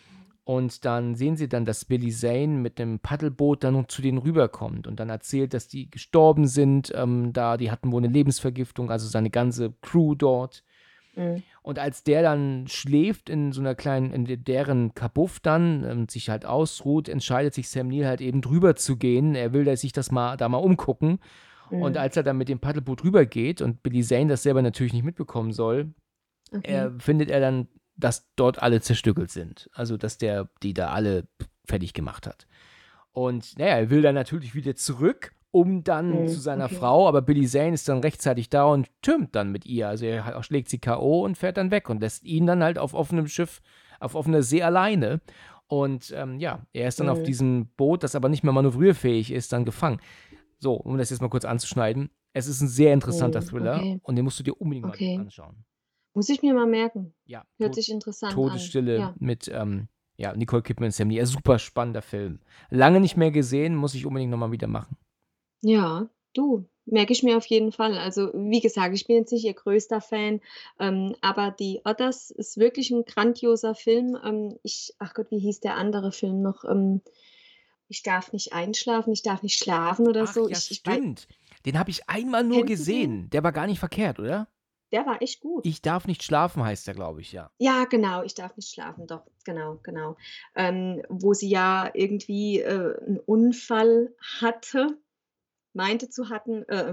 [SPEAKER 2] Und dann sehen sie dann, dass Billy Zane mit einem Paddelboot dann zu denen rüberkommt und dann erzählt, dass die gestorben sind, ähm, da die hatten wohl eine Lebensvergiftung, also seine ganze Crew dort.
[SPEAKER 3] Mhm.
[SPEAKER 2] Und als der dann schläft in so einer kleinen, in de- deren Kabuff dann und sich halt ausruht, entscheidet sich Sam Neill halt eben drüber zu gehen. Er will da sich das mal da mal umgucken. Und
[SPEAKER 3] Mhm.
[SPEAKER 2] als er dann mit dem Paddelboot rübergeht und Billy Zane das selber natürlich nicht mitbekommen soll,
[SPEAKER 3] Okay.
[SPEAKER 2] er, findet er dann, dass dort alle zerstückelt sind. Also, dass der die da alle fertig gemacht hat. Und naja, er will dann natürlich wieder zurück, um dann
[SPEAKER 3] Mhm,
[SPEAKER 2] zu seiner
[SPEAKER 3] okay.
[SPEAKER 2] Frau, aber Billy Zane ist dann rechtzeitig da und türmt dann mit ihr. Also er schlägt sie K O und fährt dann weg und lässt ihn dann halt auf offenem Schiff, auf offener See alleine. Und ähm, ja, er ist dann auf
[SPEAKER 3] Mhm.
[SPEAKER 2] diesem Boot, das aber nicht mehr manövrierfähig ist, dann gefangen. So, um das jetzt mal kurz anzuschneiden. Es ist ein sehr interessanter
[SPEAKER 3] Mhm,
[SPEAKER 2] Thriller
[SPEAKER 3] okay.
[SPEAKER 2] und den musst du dir unbedingt
[SPEAKER 3] Okay.
[SPEAKER 2] mal anschauen.
[SPEAKER 3] Muss ich mir mal merken.
[SPEAKER 2] Ja,
[SPEAKER 3] Hört
[SPEAKER 2] Tod,
[SPEAKER 3] sich interessant an.
[SPEAKER 2] Todesstille
[SPEAKER 3] Ja.
[SPEAKER 2] mit ähm, ja, Nicole Kidman und Sam Neill. Super spannender Film. Lange nicht mehr gesehen, muss ich unbedingt nochmal wieder machen.
[SPEAKER 3] Ja, du, merke ich mir auf jeden Fall. Also, wie gesagt, ich bin jetzt nicht ihr größter Fan, ähm, aber The Others ist wirklich ein grandioser Film. Ähm, ich, ach Gott, wie hieß der andere Film noch? Ähm, ich darf nicht einschlafen, ich darf nicht schlafen oder
[SPEAKER 2] Ach
[SPEAKER 3] so.
[SPEAKER 2] ja,
[SPEAKER 3] Ich, ich weiß,
[SPEAKER 2] stimmt. Den habe ich einmal nur
[SPEAKER 3] kennst du den?
[SPEAKER 2] gesehen. Der war gar nicht verkehrt, oder?
[SPEAKER 3] Der war echt gut.
[SPEAKER 2] Ich darf nicht schlafen, heißt der, glaube ich, ja.
[SPEAKER 3] Ja, genau, ich darf nicht schlafen, doch, genau, genau. Ähm, wo sie ja irgendwie äh, einen Unfall hatte meinte zu hatten, äh,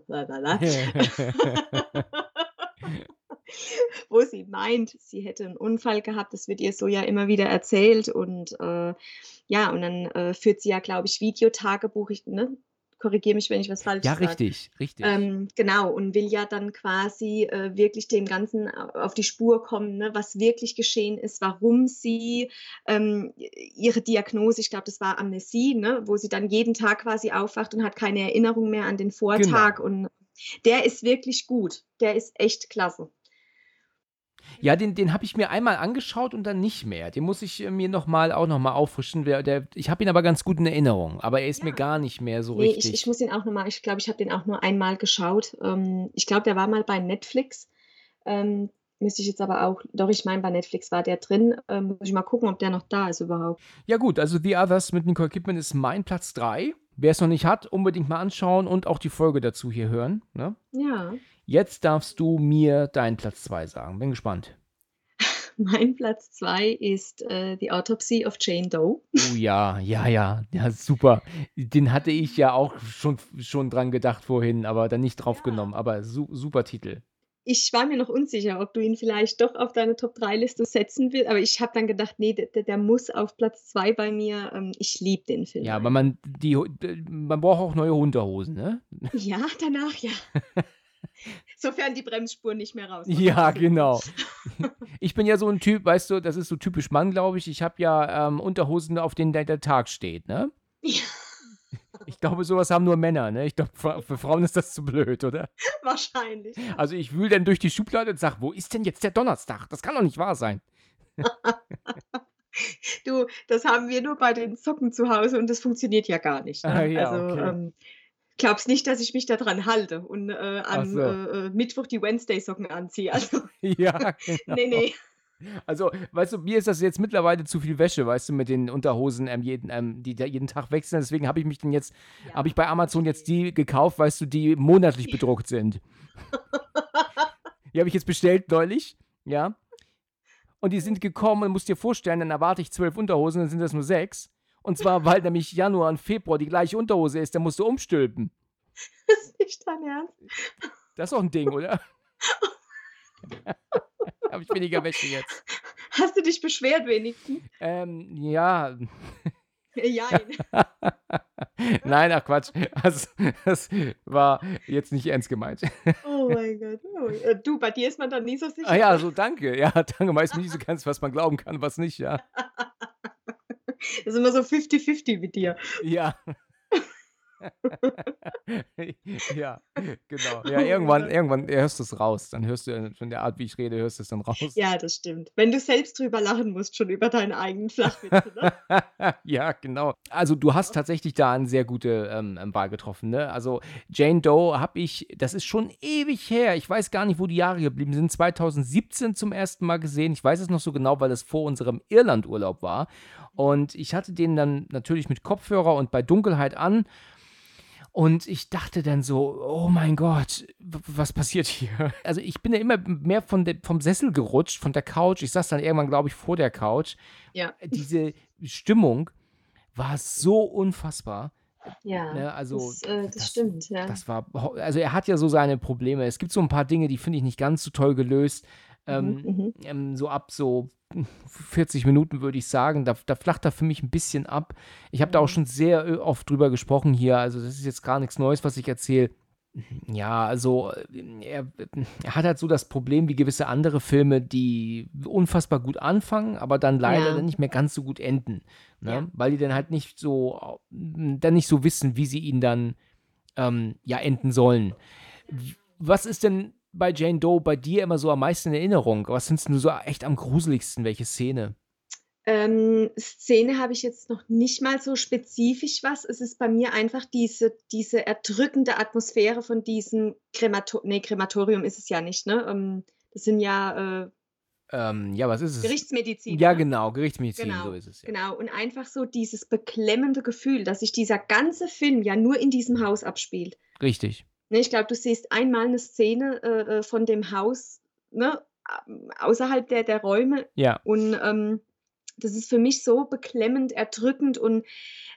[SPEAKER 3] wo sie meint, sie hätte einen Unfall gehabt. Das wird ihr so ja immer wieder erzählt und, äh, ja, und dann, äh, führt sie ja, glaube ich, Videotagebuch, ich ne, korrigiere mich, wenn ich was
[SPEAKER 2] Ja,
[SPEAKER 3] Falsches sage.
[SPEAKER 2] richtig, richtig.
[SPEAKER 3] Ähm, genau, und will ja dann quasi, äh, wirklich dem Ganzen a auf die Spur kommen, ne, was wirklich geschehen ist, warum sie, ähm, ihre Diagnose, ich glaube, das war Amnesie, ne, wo sie dann jeden Tag quasi aufwacht und hat keine Erinnerung mehr an den Vortag
[SPEAKER 2] Genau.
[SPEAKER 3] und der ist wirklich gut. Der ist echt klasse.
[SPEAKER 2] Ja, den den habe ich mir einmal angeschaut und dann nicht mehr. Den muss ich, äh, mir noch mal auch noch mal auffrischen. Der der ich habe ihn aber ganz gut in Erinnerung, aber er ist mir
[SPEAKER 3] Ja.
[SPEAKER 2] gar nicht mehr so
[SPEAKER 3] Ne, ich ich
[SPEAKER 2] richtig.
[SPEAKER 3] muss ihn auch noch mal ich glaube, ich habe den auch nur einmal geschaut. Ähm, ich glaube, der war mal bei Netflix. Ähm, müsste ich jetzt aber auch doch, ich meine, bei Netflix war der drin. Ähm, muss ich mal gucken, ob der noch da ist überhaupt.
[SPEAKER 2] Ja gut, also „The Others" mit Nicole Kidman ist mein Platz drei. Wer es noch nicht hat, unbedingt mal anschauen und auch die Folge dazu hier hören, ne?
[SPEAKER 3] Ja.
[SPEAKER 2] Jetzt darfst du mir deinen Platz zwei sagen. Bin gespannt.
[SPEAKER 3] Mein Platz zwei ist, äh, „The Autopsy of Jane Doe".
[SPEAKER 2] Oh ja, ja, ja, ja, super. Den hatte ich ja auch schon schon dran gedacht vorhin, aber dann nicht drauf
[SPEAKER 3] Ja.
[SPEAKER 2] genommen. Aber su super Titel.
[SPEAKER 3] Ich war mir noch unsicher, ob du ihn vielleicht doch auf deine Top drei Liste setzen willst, aber ich habe dann gedacht: „Ne, der der der muss auf Platz zwei bei mir." Ähm, ich liebe den Film
[SPEAKER 2] Ja, weil
[SPEAKER 3] einfach.
[SPEAKER 2] man die Hu d man braucht auch neue Unterhosen, ne?
[SPEAKER 3] Ja, danach ja. Sofern die Bremsspur nicht mehr rausmacht
[SPEAKER 2] Ja,
[SPEAKER 3] aus dem Auto.
[SPEAKER 2] genau. Ich bin ja so 'n Typ, weißt du, das ist so typisch Mann, glaube ich. Ich habe ja, ähm, Unterhosen, auf denen der der Tag steht, ne?
[SPEAKER 3] Ja,
[SPEAKER 2] Ich glaube, so was haben nur Männer, ne? Ich glaube, Fra für Frauen ist das zu blöd, oder?
[SPEAKER 3] wahrscheinlich.
[SPEAKER 2] Also, ich wühle dann durch die Schublade und sage: „Wo ist denn jetzt der Donnerstag? Das kann doch nicht wahr sein."
[SPEAKER 3] Du, das haben wir nur bei den Socken zu Hause und das funktioniert ja gar nicht,
[SPEAKER 2] Ah
[SPEAKER 3] ne?
[SPEAKER 2] ja,
[SPEAKER 3] Also,
[SPEAKER 2] okay.
[SPEAKER 3] ähm, glaubst nicht, dass ich mich da dran halte und, äh,
[SPEAKER 2] Ach
[SPEAKER 3] am,
[SPEAKER 2] so.
[SPEAKER 3] äh, äh, Mittwoch die Wednesday-Socken anziehe. Also,
[SPEAKER 2] Ja,
[SPEAKER 3] ne,
[SPEAKER 2] genau.
[SPEAKER 3] ne.
[SPEAKER 2] Also, weißt du, mir ist das jetzt mittlerweile zu viel Wäsche, weißt du, mit den Unterhosen, ähm, jeden ähm, die da jeden Tag wechseln. Deswegen habe ich mich denn jetzt habe ich
[SPEAKER 3] Ja,
[SPEAKER 2] bei Amazon jetzt
[SPEAKER 3] verstehe.
[SPEAKER 2] die gekauft, weißt du, die monatlich bedruckt sind. Die habe ich jetzt bestellt neulich, ja, und die sind gekommen und musst dir vorstellen, dann erwarte ich zwölf Unterhosen, dann sind das nur sechs. Und zwar, weil nämlich Januar und Februar die gleiche Unterhose ist, dann musst du umstülpen.
[SPEAKER 3] Das ist nicht dein Ernst?
[SPEAKER 2] Das ist doch 'n Ding, oder? Habe ich weniger Wäsche jetzt.
[SPEAKER 3] Hast du dich beschwert wenigstens?
[SPEAKER 2] Ähm, ja.
[SPEAKER 3] Jein.
[SPEAKER 2] Nein, ach Quatsch. Also, das war jetzt nicht ernst gemeint.
[SPEAKER 3] Oh mein Gott. Oh, äh, du, bei dir ist man dann nie so
[SPEAKER 2] Ah
[SPEAKER 3] sicher,
[SPEAKER 2] ja,
[SPEAKER 3] gell?
[SPEAKER 2] so danke. Ja, danke. Man weiß nie so ganz, was man glauben kann, was nicht, ja.
[SPEAKER 3] Ist immer so fifty fifty mit dir.
[SPEAKER 2] Ja. Ja, genau. Ja,
[SPEAKER 3] Oh mein
[SPEAKER 2] irgendwann
[SPEAKER 3] Gott.
[SPEAKER 2] irgendwann hörst du's raus. Dann hörst du ja von der Art, wie ich rede, hörst du's dann raus.
[SPEAKER 3] Ja, das stimmt. Wenn du selbst drüber lachen musst, schon über deine eigenen Flachwitze, ne?
[SPEAKER 2] Ja, genau. Also, du hast tatsächlich da 'ne sehr gute, ähm, ähm, Wahl getroffen, ne? Also, Jane Doe habe ich das ist schon ewig her. Ich weiß gar nicht, wo die Jahre geblieben sind. zweitausendsiebzehn zum ersten Mal gesehen. Ich weiß es noch so genau, weil es vor unserem Irlandurlaub war. Und ich hatte den dann natürlich mit Kopfhörer und bei Dunkelheit an. Und ich dachte dann so: „Oh mein Gott, w was passiert hier?" Also, ich bin ja immer m mehr von de vom Sessel gerutscht, von der Couch. Ich saß dann irgendwann, glaube ich, vor der Couch.
[SPEAKER 3] Ja.
[SPEAKER 2] Diese Stimmung war so unfassbar,
[SPEAKER 3] Ja,
[SPEAKER 2] ne? Also,
[SPEAKER 3] das, äh, das
[SPEAKER 2] das
[SPEAKER 3] stimmt, ja.
[SPEAKER 2] das war ho also, er hat ja so seine Probleme. Es gibt so 'n paar Dinge, die finde ich nicht ganz so toll gelöst.
[SPEAKER 3] Mhm,
[SPEAKER 2] Ähm,
[SPEAKER 3] mhm.
[SPEAKER 2] ähm, so ab so vierzig Minuten würde ich sagen, da da flacht er für mich 'n bisschen ab. Ich habe da auch
[SPEAKER 3] Mhm.
[SPEAKER 2] schon sehr, äh, oft drüber gesprochen hier. Also, das ist jetzt gar nix Neues, was ich erzähle. Ja, also, er er hat halt so das Problem wie gewisse andere Filme, die unfassbar gut anfangen, aber dann leider
[SPEAKER 3] Ja,
[SPEAKER 2] dann nicht mehr ganz so gut enden,
[SPEAKER 3] ja.
[SPEAKER 2] ne? Weil die dann halt nicht so au dann nicht so wissen, wie sie ihn dann, ähm, ja, enden sollen. W was ist denn bei Jane Doe bei dir immer so am meisten in Erinnerung? Was findest 'n du so echt am gruseligsten? Welche Szene?
[SPEAKER 3] Ähm, Szene habe ich jetzt noch nicht mal so spezifisch was. Es ist bei mir einfach diese diese erdrückende Atmosphäre von diesem Kremato ne, Krematorium ist es ja nicht, ne? Ähm, das sind ja, äh
[SPEAKER 2] Ähm, ja, was ist es?
[SPEAKER 3] Gerichtsmediziner,
[SPEAKER 2] Ja,
[SPEAKER 3] ne?
[SPEAKER 2] genau, Gerichtsmedizin, so
[SPEAKER 3] Genau,
[SPEAKER 2] ist es, ja.
[SPEAKER 3] genau. Und einfach so dieses beklemmende Gefühl, dass sich dieser ganze Film ja nur in diesem Haus abspielt.
[SPEAKER 2] Richtig.
[SPEAKER 3] Ne, ich glaube, du siehst einmal 'ne Szene, äh, äh, von dem Haus, ne, am außerhalb der der Räume
[SPEAKER 2] Ja.
[SPEAKER 3] und, ähm, das ist für mich so beklemmend, erdrückend und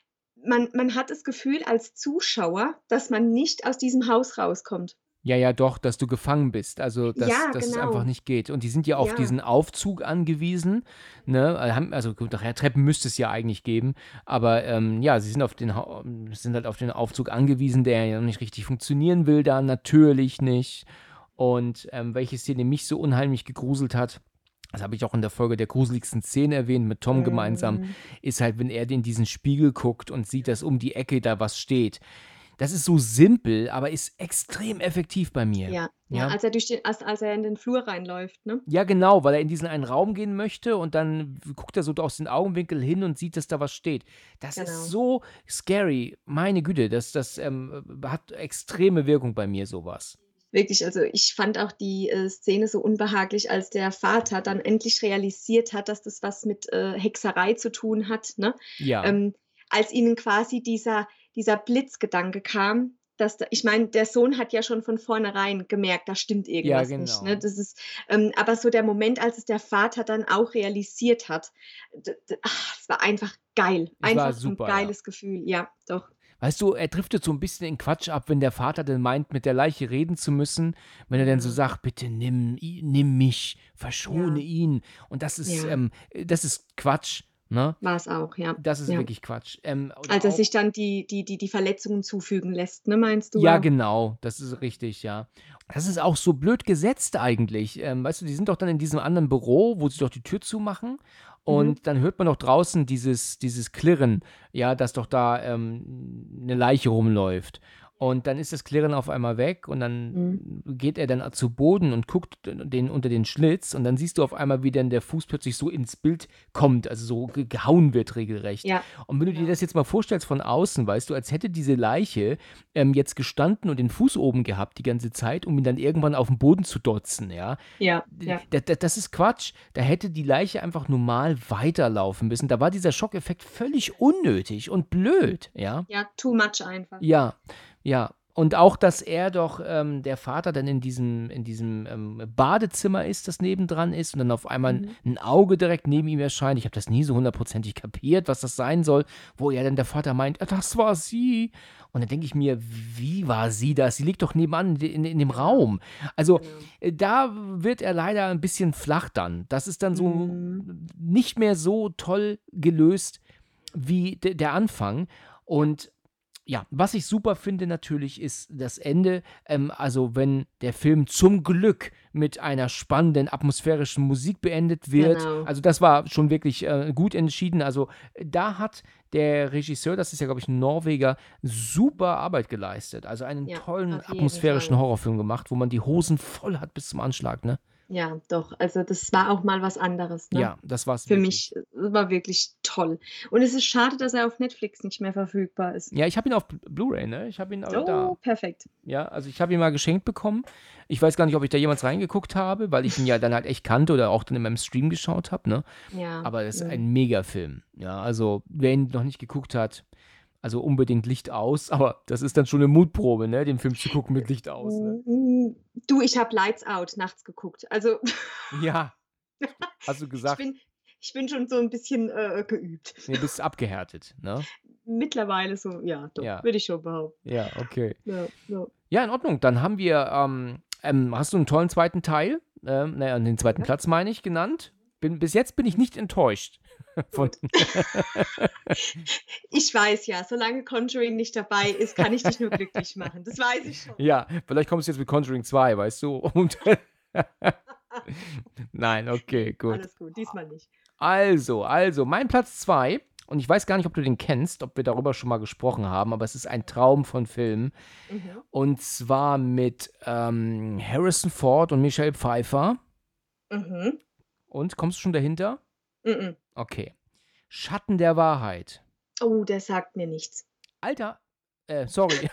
[SPEAKER 3] man man hat das Gefühl als Zuschauer, dass man nicht aus diesem Haus rauskommt.
[SPEAKER 2] Ja, ja, doch, dass du gefangen bist. Also, dass,
[SPEAKER 3] Ja,
[SPEAKER 2] dass es einfach
[SPEAKER 3] genau.
[SPEAKER 2] nicht geht. Und die sind ja auf
[SPEAKER 3] Ja.
[SPEAKER 2] diesen Aufzug angewiesen. Ne? Also, haben- also gut, nachher Treppen müsste es ja eigentlich geben. Aber ähm, ja, sie sind auf den Hau- sind halt auf den Aufzug angewiesen, der ja noch nicht richtig funktionieren will, da natürlich nicht. Und ähm, welche Szene mich so unheimlich gegruselt hat, das habe ich auch in der Folge der gruseligsten Szene erwähnt, mit Tom gemeinsam,
[SPEAKER 3] Mhm.
[SPEAKER 2] ist halt, wenn er in diesen Spiegel guckt und sieht, dass um die Ecke da was steht. Das ist so simpel, aber ist extrem effektiv bei mir.
[SPEAKER 3] Ja, ja,
[SPEAKER 2] Ja,
[SPEAKER 3] als er durch den als als er in den Flur reinläuft, ne?
[SPEAKER 2] ja, genau, weil er in diesen einen Raum gehen möchte und dann guckt er so aus den Augenwinkel hin und sieht, dass da was steht. Das ist
[SPEAKER 3] Genau.
[SPEAKER 2] so scary. Meine Güte, das, das ähm, hat extreme Wirkung bei mir, sowas.
[SPEAKER 3] Wirklich, also ich fand auch die, äh, Szene so unbehaglich, als der Vater dann endlich realisiert hat, dass das was mit, äh, Hexerei zu tun hat, ne?
[SPEAKER 2] Ja,
[SPEAKER 3] Ähm, als ihnen quasi dieser dieser Blitzgedanke kam, dass da ich meine, der Sohn hat ja schon von vornherein gemerkt, da stimmt
[SPEAKER 2] ja,
[SPEAKER 3] irgendwas nicht, ne?
[SPEAKER 2] genau.
[SPEAKER 3] Das ist ähm, aber so der Moment, als es der Vater dann auch realisiert hat, d d ach, es war einfach geil.
[SPEAKER 2] Es war
[SPEAKER 3] Einfach 'n
[SPEAKER 2] super, ja.
[SPEAKER 3] geiles Gefühl. Ja, doch.
[SPEAKER 2] Weißt du, er driftet so ein bisschen in Quatsch ab, wenn der Vater dann meint, mit der Leiche reden zu müssen, wenn er dann so
[SPEAKER 3] Mhm.
[SPEAKER 2] sagt, bitte nimm, i- nimm mich, verschone
[SPEAKER 3] Ja,
[SPEAKER 2] ihn. Und das ist,
[SPEAKER 3] ja,
[SPEAKER 2] ähm, das ist Quatsch, ne?
[SPEAKER 3] war's auch, ja,
[SPEAKER 2] Das ist
[SPEAKER 3] ja.
[SPEAKER 2] wirklich Quatsch. Ähm, oder
[SPEAKER 3] Als er
[SPEAKER 2] auch,
[SPEAKER 3] sich dann die die die die Verletzungen zufügen lässt, ne, meinst du
[SPEAKER 2] ja,
[SPEAKER 3] auch?
[SPEAKER 2] genau, das ist richtig, ja. Das ist auch so blöd gesetzt eigentlich. Ähm, weißt du, die sind doch dann in diesem anderen Büro, wo sie doch die Tür zumachen.
[SPEAKER 3] Mhm.
[SPEAKER 2] Und dann hört man doch draußen dieses, dieses Klirren, ja, dass doch da ähm, eine Leiche rumläuft. Und dann ist das Klirren auf einmal weg und dann
[SPEAKER 3] Mhm.
[SPEAKER 2] geht er dann zu Boden und guckt den unter den Schlitz und dann siehst du auf einmal, wie dann der Fuß plötzlich so ins Bild kommt, also so ge- gehauen wird regelrecht.
[SPEAKER 3] Ja,
[SPEAKER 2] Und wenn du dir
[SPEAKER 3] genau.
[SPEAKER 2] das jetzt mal vorstellst von außen, weißt du, als hätte diese Leiche ähm, jetzt gestanden und den Fuß oben gehabt die ganze Zeit, um ihn dann irgendwann auf den Boden zu dotzen, ja.
[SPEAKER 3] Ja,
[SPEAKER 2] D-
[SPEAKER 3] ja.
[SPEAKER 2] d- d- Das ist Quatsch. Da hätte die Leiche einfach normal weiterlaufen müssen. Da war dieser Schockeffekt völlig unnötig und blöd, ja.
[SPEAKER 3] Ja, too much einfach.
[SPEAKER 2] Ja, ja. Und auch, dass er doch, ähm, der Vater dann in diesem, in diesem ähm, Badezimmer ist, das nebendran ist und dann auf einmal ein,
[SPEAKER 3] Mhm.
[SPEAKER 2] ein Auge direkt neben ihm erscheint. Ich habe das nie so hundertprozentig kapiert, was das sein soll, wo er dann der Vater meint, "Ah, das war sie." Und dann denke ich mir, wie war sie das? Sie liegt doch nebenan in, in, in dem
[SPEAKER 3] Genau,
[SPEAKER 2] Raum. Also
[SPEAKER 3] genau.
[SPEAKER 2] äh, da wird er leider ein bisschen flach dann. Das ist dann so
[SPEAKER 3] Mhm.
[SPEAKER 2] nicht mehr so toll gelöst wie de, der Anfang.
[SPEAKER 3] Ja.
[SPEAKER 2] Und ja, was ich super finde natürlich, ist das Ende. Ähm, also wenn der Film zum Glück mit einer spannenden atmosphärischen Musik beendet wird.
[SPEAKER 3] Genau.
[SPEAKER 2] Also das war schon wirklich äh, gut entschieden. Also äh, da hat der Regisseur, das ist ja glaube ich ein Norweger, super Arbeit geleistet. Also einen
[SPEAKER 3] Ja,
[SPEAKER 2] tollen
[SPEAKER 3] auf jeden
[SPEAKER 2] atmosphärischen
[SPEAKER 3] Fall.
[SPEAKER 2] Horrorfilm gemacht, wo man die Hosen voll hat bis zum Anschlag, ne?
[SPEAKER 3] Ja, doch. Also das war auch mal was anderes, ne?
[SPEAKER 2] Ja, das war's
[SPEAKER 3] Für
[SPEAKER 2] wirklich.
[SPEAKER 3] mich äh, war wirklich toll. Und es ist schade, dass er auf Netflix nicht mehr verfügbar ist.
[SPEAKER 2] Ja, ich habe ihn auf Blu- Blu-ray, ne? Ich habe ihn auch da.
[SPEAKER 3] Oh, perfekt.
[SPEAKER 2] Ja, also ich habe ihn mal geschenkt bekommen. Ich weiß gar nicht, ob ich da jemals reingeguckt habe, weil ich ihn ja dann halt echt kannte oder auch dann in meinem Stream geschaut habe, ne?
[SPEAKER 3] Ja.
[SPEAKER 2] Aber das ist
[SPEAKER 3] Mhm.
[SPEAKER 2] ein Megafilm. Ja, also wer ihn noch nicht geguckt hat, also unbedingt Licht aus, aber das ist dann schon eine Mutprobe, ne? Den Film zu gucken mit Licht aus, ne?
[SPEAKER 3] Mm, Du, ich habe Lights Out nachts geguckt. Also
[SPEAKER 2] Ja, hast du
[SPEAKER 3] ich
[SPEAKER 2] gesagt,
[SPEAKER 3] bin, ich bin schon so ein bisschen äh, geübt.
[SPEAKER 2] nee, bist abgehärtet, ne?
[SPEAKER 3] Mittlerweile so, ja, doch,
[SPEAKER 2] Ja,
[SPEAKER 3] würde ich schon behaupten.
[SPEAKER 2] ja, okay.
[SPEAKER 3] Ja, ja.
[SPEAKER 2] Ja, in Ordnung. Dann haben wir, ähm, ähm, hast du einen tollen zweiten Teil? Ähm, naja, den zweiten
[SPEAKER 3] Ja.
[SPEAKER 2] Platz meine ich genannt. Bin, bis jetzt bin ich nicht enttäuscht. Von,
[SPEAKER 3] Gut. Ich weiß ja, solange Conjuring nicht dabei ist, kann ich dich nur glücklich machen. Das weiß ich schon.
[SPEAKER 2] ja, vielleicht kommst du jetzt mit Conjuring zwei, weißt du? Und Nein, okay, gut.
[SPEAKER 3] Alles gut, diesmal nicht.
[SPEAKER 2] Also, also, mein Platz zwei, und ich weiß gar nicht, ob du den kennst, ob wir darüber schon mal gesprochen haben, aber es ist ein Traum von Film.
[SPEAKER 3] Mhm.
[SPEAKER 2] Und zwar mit ähm, Harrison Ford und Michelle Pfeiffer.
[SPEAKER 3] Mhm.
[SPEAKER 2] Und kommst du schon dahinter?
[SPEAKER 3] Mhm.
[SPEAKER 2] Okay. Schatten der Wahrheit.
[SPEAKER 3] Oh, der sagt mir nichts.
[SPEAKER 2] Alter, äh, sorry.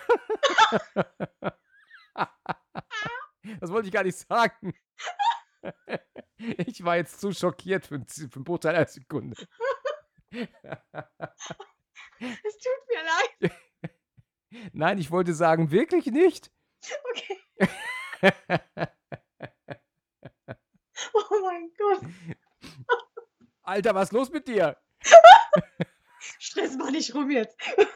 [SPEAKER 2] Das wollte ich gar nicht sagen. Ich war jetzt zu schockiert für, einen- für einen Bruchteil einer Sekunde.
[SPEAKER 3] Es tut mir leid.
[SPEAKER 2] Nein, ich wollte sagen, wirklich nicht.
[SPEAKER 3] Okay. Oh mein Gott.
[SPEAKER 2] Alter, was ist los mit dir?
[SPEAKER 3] Stress war nicht ich rum jetzt.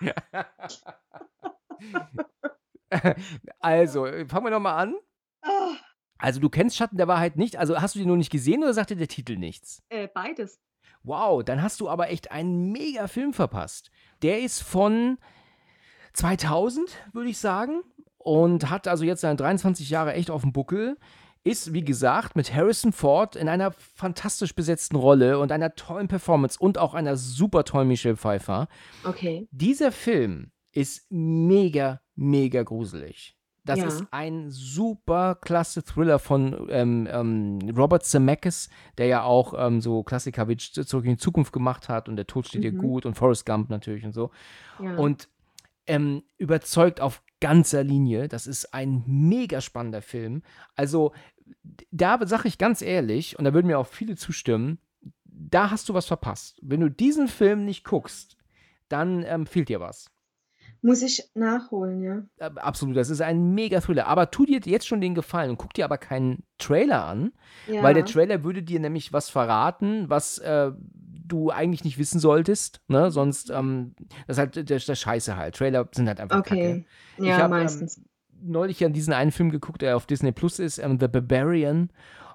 [SPEAKER 2] Also, fangen wir nochmal an.
[SPEAKER 3] Ah,
[SPEAKER 2] Also, du kennst Schatten der Wahrheit nicht. Also, hast du die nur nicht gesehen oder sagt dir der Titel nichts?
[SPEAKER 3] äh, beides.
[SPEAKER 2] Wow, dann hast du aber echt einen mega Film verpasst. Der ist von zweitausend, würde ich sagen, und hat also jetzt seine dreiundzwanzig Jahre echt auf dem Buckel. Ist, wie gesagt, mit Harrison Ford in einer fantastisch besetzten Rolle und einer tollen Performance und auch einer super tollen Michelle Pfeiffer.
[SPEAKER 3] Okay.
[SPEAKER 2] Dieser Film ist mega, mega gruselig. Das
[SPEAKER 3] Ja.
[SPEAKER 2] ist ein super klasse Thriller von ähm, ähm, Robert Zemeckis, der ja auch ähm, so Klassiker wie Zurück in die Zukunft gemacht hat und Der Tod steht dir
[SPEAKER 3] Mhm.
[SPEAKER 2] gut und Forrest Gump natürlich und so.
[SPEAKER 3] Ja.
[SPEAKER 2] Und ähm, überzeugt auf ganzer Linie. Das ist ein mega spannender Film. Also, da sage ich ganz ehrlich, und da würden mir auch viele zustimmen, da hast du was verpasst. Wenn du diesen Film nicht guckst, dann ähm, fehlt dir was.
[SPEAKER 3] Muss ich nachholen, ja.
[SPEAKER 2] Äh, absolut, das ist ein mega Thriller. Aber tu dir jetzt schon den Gefallen und guck dir aber keinen Trailer an,
[SPEAKER 3] Ja.
[SPEAKER 2] weil der Trailer würde dir nämlich was verraten, was äh, du eigentlich nicht wissen solltest. Ne? Sonst, ähm, das ist halt der, der Scheiße halt. Trailer sind halt einfach Kacke.
[SPEAKER 3] Okay.
[SPEAKER 2] Ich
[SPEAKER 3] Ja,
[SPEAKER 2] hab,
[SPEAKER 3] meistens.
[SPEAKER 2] Ähm, neulich ja diesen einen Film geguckt, der auf Disney Plus ist, ähm, The Barbarian.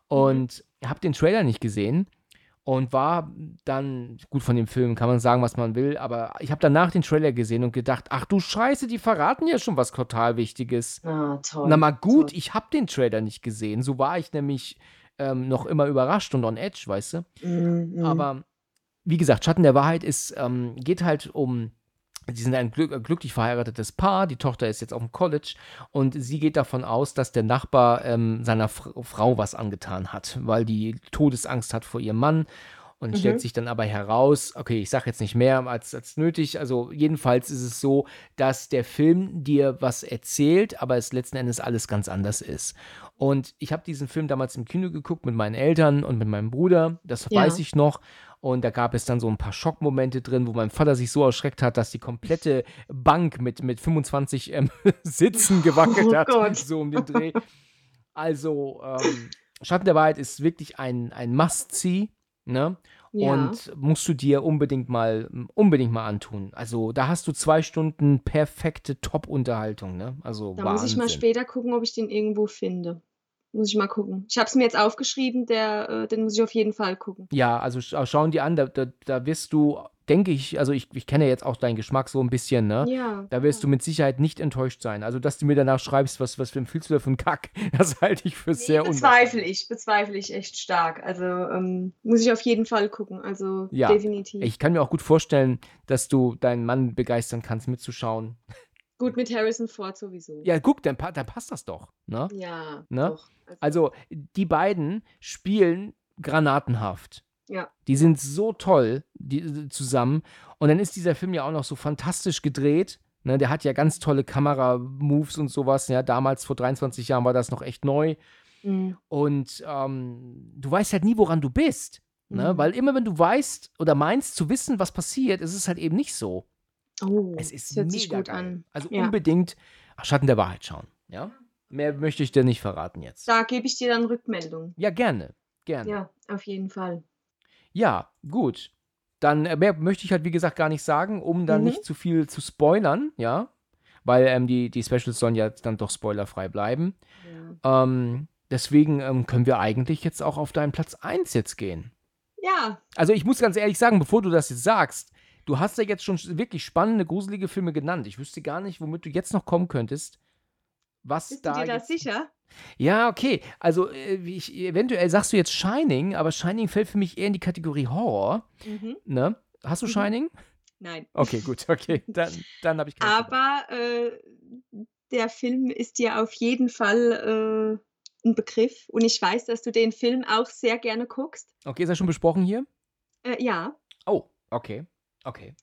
[SPEAKER 2] Und mhm. habe den Trailer nicht gesehen. Und war dann, gut, von dem Film kann man sagen, was man will, aber ich habe danach den Trailer gesehen und gedacht, ach du Scheiße, die verraten ja schon was total Wichtiges.
[SPEAKER 3] Ah, toll.
[SPEAKER 2] Na mal gut,
[SPEAKER 3] toll.
[SPEAKER 2] ich habe den Trailer nicht gesehen. So war ich nämlich ähm, noch immer überrascht und on edge, weißt du?
[SPEAKER 3] Mhm, mhm.
[SPEAKER 2] Aber wie gesagt, Schatten der Wahrheit ist, ähm, geht halt um, sie sind ein glück, glücklich verheiratetes Paar, die Tochter ist jetzt auf dem College und sie geht davon aus, dass der Nachbar ähm, seiner F- Frau was angetan hat, weil die Todesangst hat vor ihrem Mann. Und
[SPEAKER 3] Mhm.
[SPEAKER 2] stellt sich dann aber heraus, okay, ich sage jetzt nicht mehr als, als nötig, also jedenfalls ist es so, dass der Film dir was erzählt, aber es letzten Endes alles ganz anders ist. Und ich habe diesen Film damals im Kino geguckt mit meinen Eltern und mit meinem Bruder, das
[SPEAKER 3] Ja.
[SPEAKER 2] weiß ich noch. Und da gab es dann so ein paar Schockmomente drin, wo mein Vater sich so erschreckt hat, dass die komplette Bank mit, mit fünfundzwanzig ähm, Sitzen gewackelt
[SPEAKER 3] Oh
[SPEAKER 2] hat,
[SPEAKER 3] Gott.
[SPEAKER 2] so um den Dreh. Also, ähm, Schatten der Wahrheit ist wirklich ein, ein Must-See. Ne?
[SPEAKER 3] Ja.
[SPEAKER 2] Und musst du dir unbedingt mal, unbedingt mal antun. Also da hast du zwei Stunden perfekte Top-Unterhaltung, ne? Also
[SPEAKER 3] Da
[SPEAKER 2] Wahnsinn.
[SPEAKER 3] muss ich mal später gucken, ob ich den irgendwo finde. Muss ich mal gucken. Ich habe es mir jetzt aufgeschrieben, der, äh, den muss ich auf jeden Fall gucken.
[SPEAKER 2] Ja, also sch- schauen dir an, da, da, da wirst du, denke ich, also ich, ich kenne jetzt auch deinen Geschmack so ein bisschen, ne?
[SPEAKER 3] Ja.
[SPEAKER 2] Da wirst du mit Sicherheit nicht enttäuscht sein. Also, dass du mir danach schreibst, was, was empfiehlst du da für einen Kack, das halte ich für
[SPEAKER 3] Nee,
[SPEAKER 2] sehr
[SPEAKER 3] bezweifle ich, bezweifle ich echt stark. Also ähm, muss ich auf jeden Fall gucken. Also
[SPEAKER 2] Ja,
[SPEAKER 3] definitiv.
[SPEAKER 2] Ich kann mir auch gut vorstellen, dass du deinen Mann begeistern kannst, mitzuschauen.
[SPEAKER 3] Gut mit Harrison Ford sowieso.
[SPEAKER 2] Ja, guck, dann, pa- dann passt das doch, ne?
[SPEAKER 3] Ja,
[SPEAKER 2] Ne?
[SPEAKER 3] doch.
[SPEAKER 2] Also, die beiden spielen granatenhaft.
[SPEAKER 3] Ja.
[SPEAKER 2] Die sind so toll die, zusammen. Und dann ist dieser Film ja auch noch so fantastisch gedreht. Ne, der hat ja ganz tolle Kamera-Moves und sowas. Ja, damals, vor dreiundzwanzig Jahren, war das noch echt neu.
[SPEAKER 3] Mhm.
[SPEAKER 2] Und ähm, du weißt halt nie, woran du bist. Ne?
[SPEAKER 3] Mhm.
[SPEAKER 2] Weil immer, wenn du weißt oder meinst zu wissen, was passiert, ist es halt eben nicht so.
[SPEAKER 3] Oh,
[SPEAKER 2] Es ist
[SPEAKER 3] das hört sich
[SPEAKER 2] mega
[SPEAKER 3] gut
[SPEAKER 2] geil.
[SPEAKER 3] an.
[SPEAKER 2] Also
[SPEAKER 3] Ja.
[SPEAKER 2] unbedingt Schatten der Wahrheit schauen. Ja? Mehr möchte ich dir nicht verraten jetzt.
[SPEAKER 3] Da gebe ich dir dann Rückmeldung.
[SPEAKER 2] Ja, gerne. Gerne.
[SPEAKER 3] Ja, auf jeden Fall.
[SPEAKER 2] Ja, gut. Dann äh, mehr möchte ich halt, wie gesagt, gar nicht sagen, um dann
[SPEAKER 3] Mhm.
[SPEAKER 2] nicht zu viel zu spoilern, ja. Weil ähm, die, die Specials sollen ja dann doch spoilerfrei bleiben.
[SPEAKER 3] Ja.
[SPEAKER 2] Ähm, deswegen ähm, können wir eigentlich jetzt auch auf deinen Platz eins jetzt gehen.
[SPEAKER 3] Ja,
[SPEAKER 2] Also ich muss ganz ehrlich sagen, bevor du das jetzt sagst, du hast ja jetzt schon wirklich spannende, gruselige Filme genannt. Ich wüsste gar nicht, womit du jetzt noch kommen könntest. Was
[SPEAKER 3] bist
[SPEAKER 2] da
[SPEAKER 3] du dir da
[SPEAKER 2] jetzt...
[SPEAKER 3] sicher?
[SPEAKER 2] Ja, okay. Also äh, wie ich, eventuell sagst du jetzt Shining, aber Shining fällt für mich eher in die Kategorie Horror.
[SPEAKER 3] Mhm.
[SPEAKER 2] Ne? Hast du
[SPEAKER 3] Mhm.
[SPEAKER 2] Shining?
[SPEAKER 3] Nein.
[SPEAKER 2] Okay, gut, okay. Dann, dann habe ich keinen
[SPEAKER 3] Aber äh, der Film ist dir auf jeden Fall äh, ein Begriff. Und ich weiß, dass du den Film auch sehr gerne guckst.
[SPEAKER 2] Okay, ist er schon besprochen hier?
[SPEAKER 3] Äh, ja.
[SPEAKER 2] Oh, okay. Okay.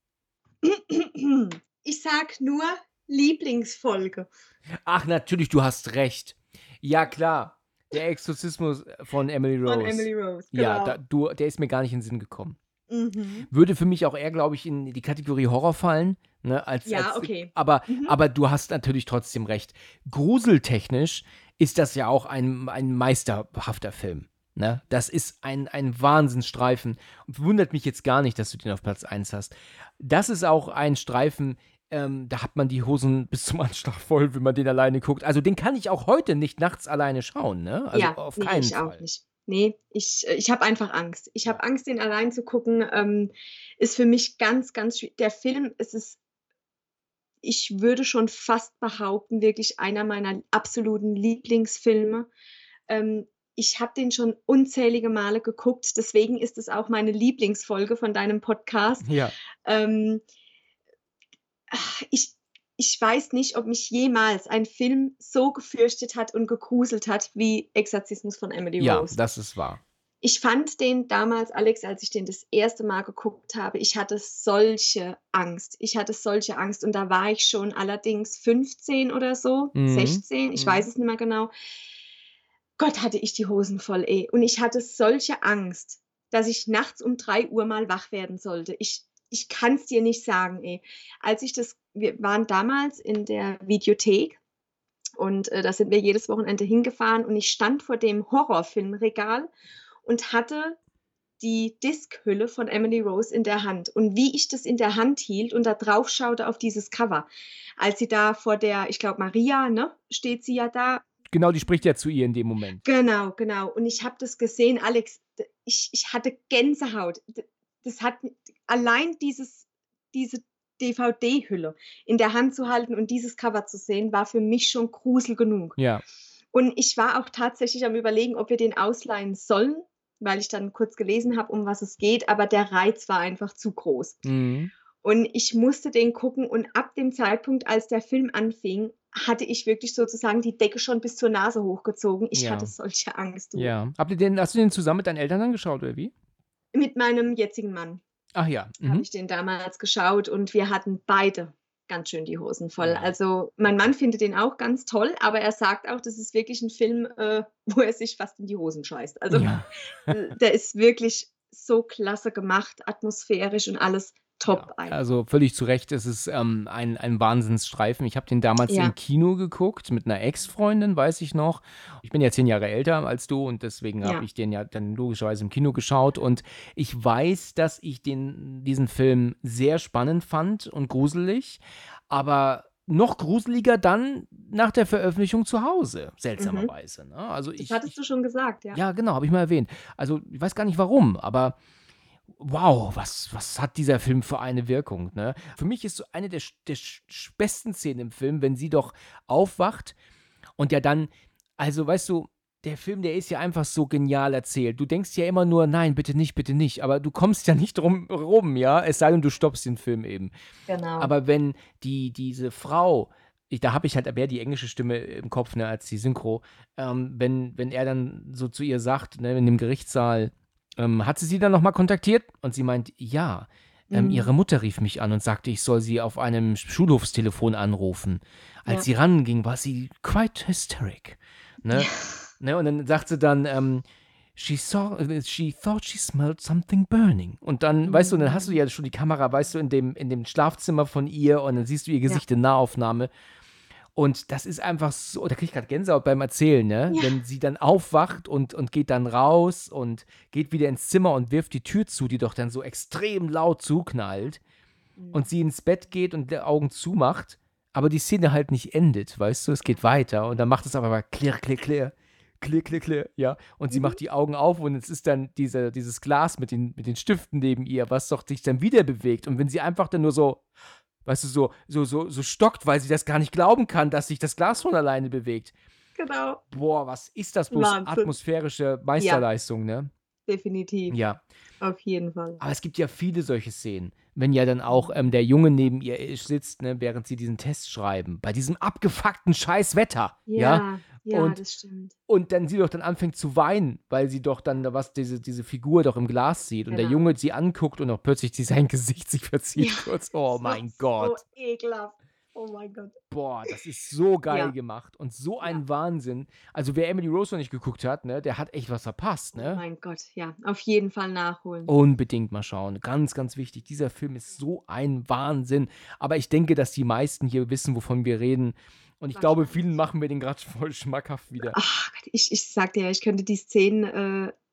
[SPEAKER 3] Ich sag nur Lieblingsfolge.
[SPEAKER 2] Ach, natürlich, du hast recht. Ja, klar. Der Exorzismus von Emily Rose.
[SPEAKER 3] Von Emily Rose.
[SPEAKER 2] Ja,
[SPEAKER 3] Genau.
[SPEAKER 2] da, du, der ist mir gar nicht in den Sinn gekommen.
[SPEAKER 3] Mhm.
[SPEAKER 2] Würde für mich auch eher, glaube ich, in die Kategorie Horror fallen. Ne, als,
[SPEAKER 3] Ja,
[SPEAKER 2] als,
[SPEAKER 3] okay.
[SPEAKER 2] Aber,
[SPEAKER 3] Mhm.
[SPEAKER 2] aber du hast natürlich trotzdem recht. Gruseltechnisch ist das ja auch ein, ein meisterhafter Film. Ne? Das ist ein, ein Wahnsinnsstreifen. Wundert mich jetzt gar nicht, dass du den auf Platz eins hast. Das ist auch ein Streifen, ähm, da hat man die Hosen bis zum Anschlag voll, wenn man den alleine guckt. Also den kann ich auch heute nicht nachts alleine schauen, ne? Also
[SPEAKER 3] Ja,
[SPEAKER 2] auf
[SPEAKER 3] nee,
[SPEAKER 2] keinen
[SPEAKER 3] ich auch
[SPEAKER 2] Fall.
[SPEAKER 3] nicht. Nee, ich, äh, ich habe einfach Angst. Ich habe Angst, den allein zu gucken. Ähm, ist für mich ganz, ganz schwierig. Der Film, es ist, ich würde schon fast behaupten, wirklich einer meiner absoluten Lieblingsfilme. Ähm, ich habe den schon unzählige Male geguckt, deswegen ist es auch meine Lieblingsfolge von deinem Podcast.
[SPEAKER 2] Ja.
[SPEAKER 3] Ähm, ach, ich, ich weiß nicht, ob mich jemals ein Film so gefürchtet hat und gegruselt hat wie Exorzismus von Emily
[SPEAKER 2] Ja,
[SPEAKER 3] Rose.
[SPEAKER 2] das ist wahr.
[SPEAKER 3] Ich fand den damals, Alex, als ich den das erste Mal geguckt habe, ich hatte solche Angst. Ich hatte solche Angst und da war ich schon allerdings fünfzehn oder so,
[SPEAKER 2] Mhm.
[SPEAKER 3] sechzehn, ich
[SPEAKER 2] Mhm.
[SPEAKER 3] weiß es nicht mehr genau. Gott, hatte ich die Hosen voll, ey. Und ich hatte solche Angst, dass ich nachts um drei Uhr mal wach werden sollte. Ich, ich kann es dir nicht sagen, ey. Als ich das, wir waren damals in der Videothek und äh, da sind wir jedes Wochenende hingefahren und ich stand vor dem Horrorfilmregal und hatte die Diskhülle von Emily Rose in der Hand. Und wie ich das in der Hand hielt und da drauf schaute auf dieses Cover, als sie da vor der, ich glaube Maria, ne, steht sie ja da.
[SPEAKER 2] Genau, die spricht ja zu ihr in dem Moment.
[SPEAKER 3] Genau, genau. Und ich habe das gesehen, Alex, d- ich, ich hatte Gänsehaut. D- Das hat allein dieses, diese D V D-Hülle in der Hand zu halten und dieses Cover zu sehen, war für mich schon Grusel genug.
[SPEAKER 2] Ja.
[SPEAKER 3] Und ich war auch tatsächlich am Überlegen, ob wir den ausleihen sollen, weil ich dann kurz gelesen habe, um was es geht, aber der Reiz war einfach zu groß.
[SPEAKER 2] Mhm.
[SPEAKER 3] Und ich musste den gucken und ab dem Zeitpunkt, als der Film anfing, hatte ich wirklich sozusagen die Decke schon bis zur Nase hochgezogen. Ich
[SPEAKER 2] Ja.
[SPEAKER 3] hatte solche Angst. Du.
[SPEAKER 2] Ja. Habt ihr den, hast du den zusammen mit deinen Eltern dann geschaut, oder wie?
[SPEAKER 3] Mit meinem jetzigen Mann
[SPEAKER 2] Ach ja.
[SPEAKER 3] habe
[SPEAKER 2] Mhm.
[SPEAKER 3] ich den damals geschaut und wir hatten beide ganz schön die Hosen voll.
[SPEAKER 2] Ja.
[SPEAKER 3] Also mein Mann findet den auch ganz toll, aber er sagt auch, das ist wirklich ein Film, äh, wo er sich fast in die Hosen scheißt. Also
[SPEAKER 2] Ja.
[SPEAKER 3] äh, der ist wirklich so klasse gemacht, atmosphärisch und alles top
[SPEAKER 2] Ja,
[SPEAKER 3] einfach.
[SPEAKER 2] also völlig zu Recht, es ist ähm, ein, ein Wahnsinnsstreifen. Ich habe den damals
[SPEAKER 3] Ja.
[SPEAKER 2] im Kino geguckt mit einer Ex-Freundin, weiß ich noch. Ich bin ja zehn Jahre älter als du und deswegen
[SPEAKER 3] Ja.
[SPEAKER 2] habe ich den ja dann logischerweise im Kino geschaut. Und ich weiß, dass ich den, diesen Film sehr spannend fand und gruselig, aber noch gruseliger dann nach der Veröffentlichung zu Hause,
[SPEAKER 3] Mhm.
[SPEAKER 2] seltsamerweise. Ne? Also
[SPEAKER 3] Das
[SPEAKER 2] ich,
[SPEAKER 3] hattest
[SPEAKER 2] ich,
[SPEAKER 3] du schon gesagt, ja.
[SPEAKER 2] ja, genau, habe ich mal erwähnt. Also ich weiß gar nicht warum, aber wow, was, was hat dieser Film für eine Wirkung, ne? Für mich ist so eine der, sch- der sch- besten Szenen im Film, wenn sie doch aufwacht und ja dann, also weißt du, der Film, der ist ja einfach so genial erzählt. Du denkst ja immer nur, nein, bitte nicht, bitte nicht, aber du kommst ja nicht drum rum, ja, es sei denn, du stoppst den Film eben.
[SPEAKER 3] Genau.
[SPEAKER 2] Aber wenn die, diese Frau, ich, da habe ich halt mehr die englische Stimme im Kopf, ne, als die Synchro, ähm, wenn, wenn er dann so zu ihr sagt, ne, in dem Gerichtssaal, ähm, hat sie sie dann nochmal kontaktiert? Und sie meint, ja. Ähm,
[SPEAKER 3] Mhm.
[SPEAKER 2] ihre Mutter rief mich an und sagte, ich soll sie auf einem Schulhofstelefon anrufen. Als
[SPEAKER 3] Ja.
[SPEAKER 2] sie ranging, war sie quite hysteric. Ne? Ne? Und dann sagt sie dann, ähm, she, saw, she thought she smelled something burning. Und dann, weißt du, dann hast du ja schon die Kamera, weißt du, in dem, in dem Schlafzimmer von ihr und dann siehst du ihr Gesicht in Nahaufnahme. Und das ist einfach so, da kriege ich gerade Gänsehaut beim Erzählen, ne?
[SPEAKER 3] Ja.
[SPEAKER 2] Wenn sie dann aufwacht und, und geht dann raus und geht wieder ins Zimmer und wirft die Tür zu, die doch dann so extrem laut zuknallt und sie ins Bett geht und die Augen zumacht, aber die Szene halt nicht endet, weißt du? Es geht weiter und dann macht es aber klirr, klirr, klirr, klirr, klirr, klirr, ja. Und sie
[SPEAKER 3] Mhm.
[SPEAKER 2] macht die Augen auf und es ist dann diese, dieses Glas mit den, mit den Stiften neben ihr, was doch sich dann wieder bewegt. Und wenn sie einfach dann nur so, weißt du, so, so, so, so stockt, weil sie das gar nicht glauben kann, dass sich das Glas von alleine bewegt.
[SPEAKER 3] Genau.
[SPEAKER 2] Boah, was ist das bloß
[SPEAKER 3] Wahnsinn.
[SPEAKER 2] atmosphärische Meisterleistung, ne?
[SPEAKER 3] Definitiv.
[SPEAKER 2] Ja.
[SPEAKER 3] Auf jeden Fall.
[SPEAKER 2] Aber es gibt ja viele solche Szenen. Wenn ja dann auch ähm, der Junge neben ihr sitzt, ne, während sie diesen Test schreiben, bei diesem abgefuckten Scheißwetter. Ja.
[SPEAKER 3] Ja, ja,
[SPEAKER 2] Und-
[SPEAKER 3] das stimmt.
[SPEAKER 2] Und dann sie doch dann anfängt zu weinen, weil sie doch dann da was, diese, diese Figur doch im Glas sieht. Und der
[SPEAKER 3] Genau.
[SPEAKER 2] Junge sie anguckt und auch plötzlich die- sein Gesicht sich verzieht
[SPEAKER 3] Ja.
[SPEAKER 2] kurz. Oh mein Gott.
[SPEAKER 3] So ekelhaft. Oh mein Gott.
[SPEAKER 2] Boah, das ist so geil
[SPEAKER 3] Ja.
[SPEAKER 2] gemacht und so ein Wahnsinn. Also wer Emily Rose noch nicht geguckt hat, ne, der hat echt was verpasst,
[SPEAKER 3] Oh
[SPEAKER 2] ne?
[SPEAKER 3] mein Gott, ja. Auf jeden Fall nachholen.
[SPEAKER 2] Unbedingt mal schauen. Ganz, ganz wichtig. Dieser Film ist so ein Wahnsinn. Aber ich denke, dass die meisten hier wissen, wovon wir reden. Und ich glaube,
[SPEAKER 3] Wahrscheinlich.
[SPEAKER 2] vielen machen wir den gerade voll schmackhaft wieder.
[SPEAKER 3] Ach Gott, ich, ich sag dir, ich könnte die Szenen äh,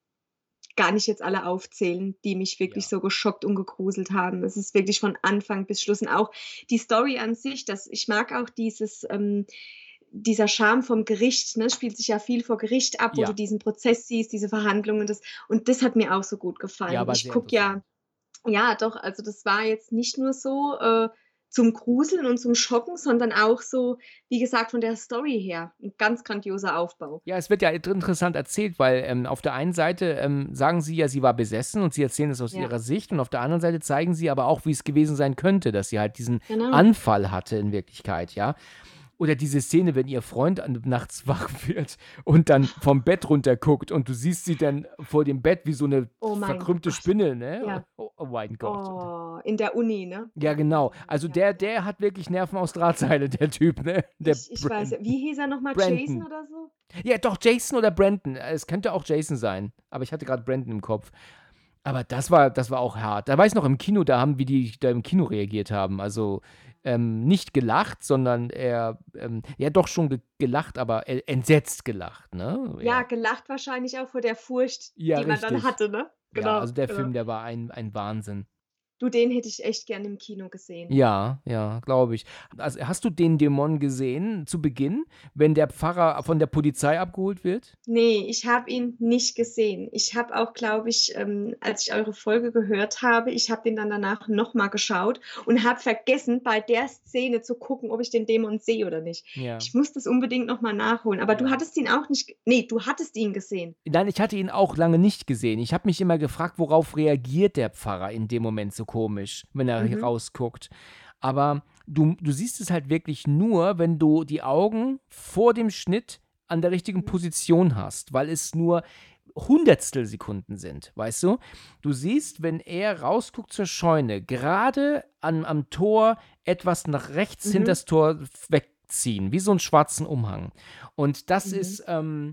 [SPEAKER 3] gar nicht jetzt alle aufzählen, die mich wirklich
[SPEAKER 2] Ja.
[SPEAKER 3] so geschockt und gegruselt haben. Es ist wirklich von Anfang bis Schluss und auch die Story an sich, das ich mag auch dieses, ähm dieser Charme vom Gericht, ne? Es spielt sich ja viel vor Gericht ab, wo du
[SPEAKER 2] Ja.
[SPEAKER 3] diesen Prozess siehst, diese Verhandlungen, das und das hat mir auch so gut
[SPEAKER 2] Ja,
[SPEAKER 3] gefallen.
[SPEAKER 2] war
[SPEAKER 3] Ich
[SPEAKER 2] sehr
[SPEAKER 3] gucke ja
[SPEAKER 2] interessant.
[SPEAKER 3] ja doch, also das war jetzt nicht nur so, äh, zum Gruseln und zum Schocken, sondern auch so, wie gesagt, von der Story her 'n ganz grandioser Aufbau.
[SPEAKER 2] Ja, es wird ja int interessant erzählt, weil, ähm, auf der einen Seite, ähm, sagen sie ja, sie war besessen und sie erzählen es aus
[SPEAKER 3] Ja.
[SPEAKER 2] ihrer Sicht und auf der anderen Seite zeigen sie aber auch, wie es gewesen sein könnte, dass sie halt diesen
[SPEAKER 3] Genau.
[SPEAKER 2] Anfall hatte in Wirklichkeit, ja. Oder diese Szene, wenn ihr Freund an nachts wach wird und dann vom Bett runter guckt und du siehst sie dann vor dem Bett wie so 'ne
[SPEAKER 3] Oh mein
[SPEAKER 2] verkrümmte
[SPEAKER 3] Gott.
[SPEAKER 2] Spinne, ne?
[SPEAKER 3] Ja.
[SPEAKER 2] Oh oh mein Gott.
[SPEAKER 3] Oh, in der Uni, ne?
[SPEAKER 2] Ja,
[SPEAKER 3] Ja,
[SPEAKER 2] genau.
[SPEAKER 3] ja,
[SPEAKER 2] Also
[SPEAKER 3] ja,
[SPEAKER 2] der
[SPEAKER 3] ja.
[SPEAKER 2] der hat wirklich Nerven aus Drahtseile, der Typ, ne? Der
[SPEAKER 3] Ich ich weiß,
[SPEAKER 2] Brand
[SPEAKER 3] wie hieß er noch mal? Jason
[SPEAKER 2] Brandon.
[SPEAKER 3] oder so?
[SPEAKER 2] Ja, doch, Jason oder Brandon. Äh, es könnte auch Jason sein, aber ich hatte grad Brandon im Kopf. Aber das war das war auch hart. Da weiß ich noch im Kino, da haben wie die da im Kino reagiert haben. Also, ähm, nicht gelacht, sondern eher, ähm ja doch schon ge gelacht, aber e entsetzt gelacht, ne?
[SPEAKER 3] Ja,
[SPEAKER 2] Ja.
[SPEAKER 3] gelacht wahrscheinlich auch vor der Furcht,
[SPEAKER 2] Ja,
[SPEAKER 3] die man dann
[SPEAKER 2] richtig.
[SPEAKER 3] hatte, ne?
[SPEAKER 2] Ja,
[SPEAKER 3] Genau,
[SPEAKER 2] also der
[SPEAKER 3] genau.
[SPEAKER 2] Film, der war ein ein Wahnsinn.
[SPEAKER 3] Du, den hätte ich echt gern im Kino gesehen.
[SPEAKER 2] Ja, ja, glaube ich. Also, hast du den Dämon gesehen zu Beginn, wenn der Pfarrer von der Polizei abgeholt wird?
[SPEAKER 3] Ne, ich habe ihn nicht gesehen. Ich habe auch, glaube ich, ähm, als ich eure Folge gehört habe ich habe den dann danach noch mal geschaut und habe vergessen, bei der Szene zu gucken, ob ich den Dämon sehe oder nicht.
[SPEAKER 2] Ja.
[SPEAKER 3] Ich muss das unbedingt noch mal nachholen. Aber du
[SPEAKER 2] Ja.
[SPEAKER 3] hattest ihn auch nicht g ne, du hattest ihn gesehen?
[SPEAKER 2] Nein, ich hatte ihn auch lange nicht gesehen. Ich habe mich immer gefragt, worauf reagiert der Pfarrer in dem Moment so komisch, wenn er hier
[SPEAKER 3] Mhm.
[SPEAKER 2] rausguckt. Aber du du siehst es halt wirklich nur, wenn du die Augen vor dem Schnitt an der richtigen
[SPEAKER 3] Mhm.
[SPEAKER 2] Position hast, weil es nur Hundertstelsekunden sind, weißt du? Du siehst, wenn er rausguckt zur Scheune, gerade an am Tor etwas nach rechts
[SPEAKER 3] Mhm.
[SPEAKER 2] hinters Tor f wegziehen, wie so 'n schwarzen Umhang. Und das
[SPEAKER 3] Mhm.
[SPEAKER 2] ist, ähm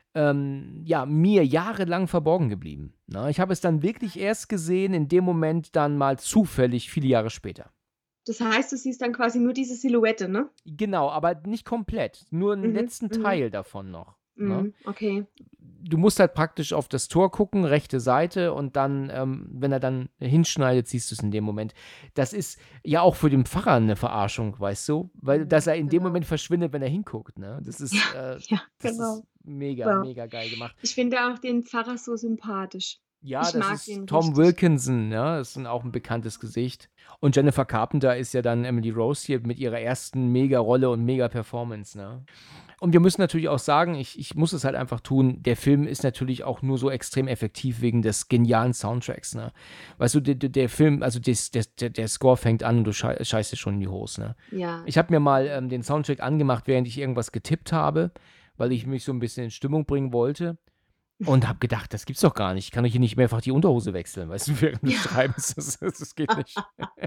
[SPEAKER 2] ähm, ja, mir jahrelang verborgen geblieben, ne? Ich habe es dann wirklich erst gesehen in dem Moment dann mal zufällig viele Jahre später.
[SPEAKER 3] Das heißt, du siehst dann quasi nur diese Silhouette, ne?
[SPEAKER 2] Genau, aber nicht komplett, nur 'n
[SPEAKER 3] Mhm,
[SPEAKER 2] letzten
[SPEAKER 3] mhm.
[SPEAKER 2] Teil davon noch, ne?
[SPEAKER 3] Mhm, okay.
[SPEAKER 2] Du musst halt praktisch auf das Tor gucken, rechte Seite und dann, ähm, wenn er dann hinschneidet, siehst du's in dem Moment. Das ist ja auch für den Pfarrer 'ne Verarschung, weißt du? Weil dass
[SPEAKER 3] Mhm,
[SPEAKER 2] er in dem
[SPEAKER 3] genau.
[SPEAKER 2] Moment verschwindet, wenn er hinguckt, ne? Das ist,
[SPEAKER 3] Ja,
[SPEAKER 2] äh
[SPEAKER 3] ja,
[SPEAKER 2] das
[SPEAKER 3] genau.
[SPEAKER 2] ist mega,
[SPEAKER 3] Ja.
[SPEAKER 2] mega geil gemacht.
[SPEAKER 3] Ich finde auch den Pfarrer so sympathisch.
[SPEAKER 2] Ja,
[SPEAKER 3] Ich
[SPEAKER 2] das
[SPEAKER 3] mag
[SPEAKER 2] ist
[SPEAKER 3] den
[SPEAKER 2] Tom
[SPEAKER 3] richtig.
[SPEAKER 2] Wilkinson, ne? Ist 'n auch 'n bekanntes Gesicht. Und Jennifer Carpenter ist ja dann Emily Rose hier mit ihrer ersten Megarolle und Mega-Performance, ne? Und wir müssen natürlich auch sagen, ich ich muss es halt einfach tun, der Film ist natürlich auch nur so extrem effektiv wegen des genialen Soundtracks, ne? Weißt du, der der der Film also des des der der Score fängt an und du schei scheißt dir schon in die Hose, ne?
[SPEAKER 3] Ja.
[SPEAKER 2] Ich habe mir mal, ähm, den Soundtrack angemacht, während ich irgendwas getippt habe, weil ich mich so 'n bisschen in Stimmung bringen wollte und habe gedacht: „Das gibt's doch gar nicht. Ich kann doch hier nicht mehrfach die Unterhose wechseln, weißt du, während des
[SPEAKER 3] Ja.
[SPEAKER 2] Schreibens. Das das das geht nicht."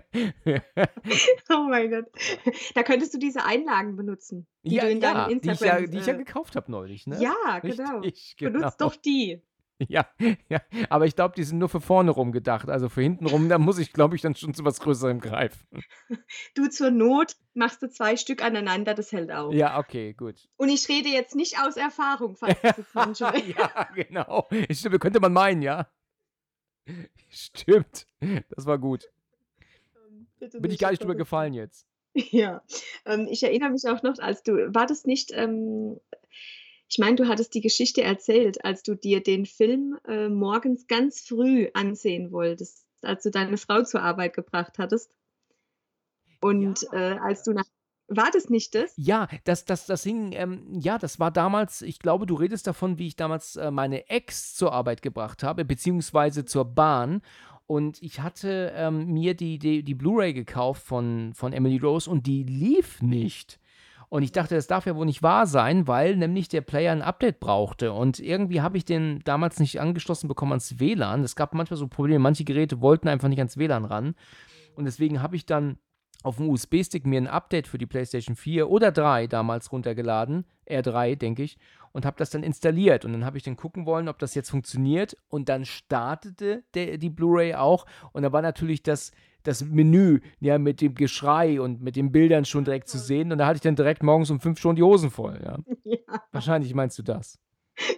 [SPEAKER 3] Oh mein Gott. Da könntest du diese Einlagen benutzen, die
[SPEAKER 2] Ja,
[SPEAKER 3] du in deinen
[SPEAKER 2] ja, die ich ja
[SPEAKER 3] Instagram
[SPEAKER 2] die ich ja
[SPEAKER 3] äh
[SPEAKER 2] gekauft habe neulich, ne?
[SPEAKER 3] Ja, genau.
[SPEAKER 2] Richtig,
[SPEAKER 3] Benutz
[SPEAKER 2] genau.
[SPEAKER 3] doch die.
[SPEAKER 2] Ja, ja, aber ich glaube, die sind nur für vorne rum gedacht. Also, für hinten rum, da muss ich, glaube ich, dann schon zu was Größerem greifen.
[SPEAKER 3] Du, zur Not machst du zwei Stück aneinander, das hält auch.
[SPEAKER 2] Ja, okay, gut.
[SPEAKER 3] Und ich rede jetzt nicht aus Erfahrung, falls das jetzt manche
[SPEAKER 2] Ja, genau. Stimmt, könnte man meinen, ja. Stimmt, das war gut.
[SPEAKER 3] Ähm, bitte
[SPEAKER 2] Bin ich
[SPEAKER 3] nicht,
[SPEAKER 2] gar
[SPEAKER 3] um
[SPEAKER 2] nicht drüber
[SPEAKER 3] Gottes Willen.
[SPEAKER 2] gefallen jetzt.
[SPEAKER 3] Ja, ähm, ich erinnere mich auch noch, als du war das nicht, ähm ich meine, du hattest die Geschichte erzählt, als du dir den Film, äh, morgens ganz früh ansehen wolltest, als du deine Frau zur Arbeit gebracht hattest? Und,
[SPEAKER 2] Ja.
[SPEAKER 3] äh, als du nach war das nicht das?
[SPEAKER 2] Ja, das das das hing ähm, ja, das war damals ich glaube, du redest davon, wie ich damals, äh, meine Ex zur Arbeit gebracht habe, beziehungsweise zur Bahn. Und ich hatte, ähm, mir die die die Blu-ray gekauft von von Emily Rose und die lief nicht. Und ich dachte, das darf ja wohl nicht wahr sein, weil nämlich der Player 'n Update brauchte. Und irgendwie habe ich den damals nicht angeschlossen bekommen ans W L A N. Es gab manchmal so Probleme, manche Geräte wollten einfach nicht ans W L A N ran. Und deswegen habe ich dann auf'm U S B-Stick mir 'n Update für die PlayStation vier oder drei damals runtergeladen, eher drei, denke ich, und habe das dann installiert. Und dann habe ich dann gucken wollen, ob das jetzt funktioniert. Und dann startete der die Blu-ray auch. Und da war natürlich das das Menü, ja, mit dem Geschrei und mit den Bildern schon direkt zu sehen. Und da hatte ich dann direkt morgens um fünf schon die Hosen voll, ja.
[SPEAKER 3] Ja.
[SPEAKER 2] Wahrscheinlich meinst du das.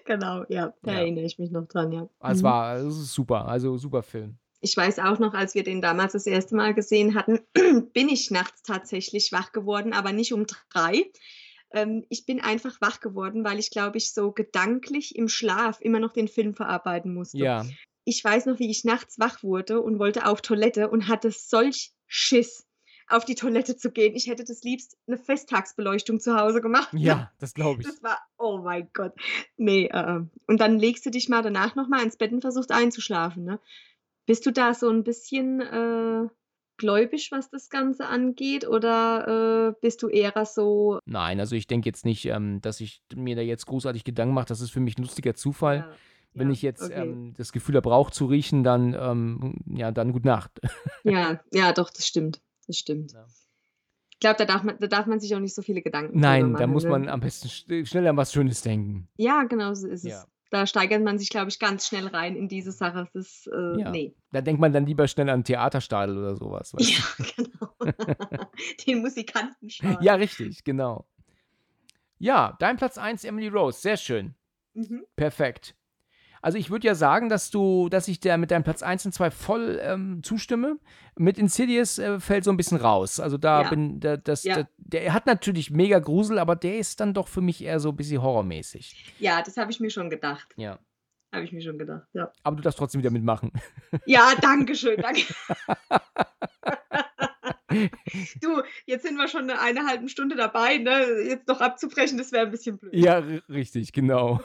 [SPEAKER 3] Genau, ja, da
[SPEAKER 2] Ja.
[SPEAKER 3] erinnere ich mich noch dran, ja.
[SPEAKER 2] Es
[SPEAKER 3] Mhm.
[SPEAKER 2] war es ist super, also super Film.
[SPEAKER 3] Ich weiß auch noch, als wir den damals das erste Mal gesehen hatten, bin ich nachts tatsächlich wach geworden, aber nicht um drei. Ähm, ich bin einfach wach geworden, weil ich, glaube ich, so gedanklich im Schlaf immer noch den Film verarbeiten musste.
[SPEAKER 2] Ja.
[SPEAKER 3] Ich weiß noch, wie ich nachts wach wurde und wollte auf Toilette und hatte solch Schiss, auf die Toilette zu gehen. Ich hätte das liebst 'ne Festtagsbeleuchtung zu Hause gemacht, ne?
[SPEAKER 2] Ja, das glaube ich.
[SPEAKER 3] Das war oh mein Gott. Ne, äh, äh. Und dann legst du dich mal danach noch mal ins Bett und versuchst einzuschlafen, ne? Bist du da so 'n bisschen, äh, gläubig, was das Ganze angeht, oder, äh, bist du eher so
[SPEAKER 2] Nein, also ich denke jetzt nicht, ähm, dass ich mir da jetzt großartig Gedanken mache. Das ist für mich 'n lustiger Zufall.
[SPEAKER 3] Ja,
[SPEAKER 2] Wenn
[SPEAKER 3] ja,
[SPEAKER 2] ich jetzt,
[SPEAKER 3] okay.
[SPEAKER 2] ähm, das Gefühl habe, Rauch zu riechen, dann, ähm ja, dann gute Nacht.
[SPEAKER 3] Ja, ja, doch, das stimmt. Das stimmt.
[SPEAKER 2] Ja.
[SPEAKER 3] Ich glaube, da darf man da darf man sich auch nicht so viele Gedanken drüber
[SPEAKER 2] Nein, da
[SPEAKER 3] machen,
[SPEAKER 2] muss
[SPEAKER 3] ne?
[SPEAKER 2] man am besten sch schnell an was Schönes denken.
[SPEAKER 3] Ja, genau so ist es.
[SPEAKER 2] Ja.
[SPEAKER 3] Da steigert man sich, glaube ich, ganz schnell rein in diese Sache. Das ist, äh,
[SPEAKER 2] Ja.
[SPEAKER 3] ne.
[SPEAKER 2] Da denkt man dann lieber schnell an Theaterstadel oder so was, weißt
[SPEAKER 3] Ja,
[SPEAKER 2] du?
[SPEAKER 3] genau. Den Musikantenstadel.
[SPEAKER 2] Ja, richtig, genau. Ja, dein Platz eins, Emily Rose, sehr schön.
[SPEAKER 3] Mhm.
[SPEAKER 2] Perfekt. Also, ich würde ja sagen, dass du dass ich der mit deinem Platz eins und zwei voll, ähm, zustimme. Mit Insidious, äh, fällt so 'n bisschen raus. Also, da
[SPEAKER 3] Ja.
[SPEAKER 2] bin da das
[SPEAKER 3] Ja.
[SPEAKER 2] da der hat natürlich mega Grusel, aber der ist dann doch für mich eher so 'n bisschen horrormäßig.
[SPEAKER 3] Ja, das habe ich mir schon gedacht.
[SPEAKER 2] Ja.
[SPEAKER 3] Habe ich mir schon gedacht, ja.
[SPEAKER 2] Aber du darfst trotzdem wieder mitmachen.
[SPEAKER 3] Ja, danke schön, danke. Du, jetzt sind wir schon 'ne eine halben Stunde dabei, ne? Jetzt noch abzubrechen, das wäre 'n bisschen blöd.
[SPEAKER 2] Ja, ri richtig, genau.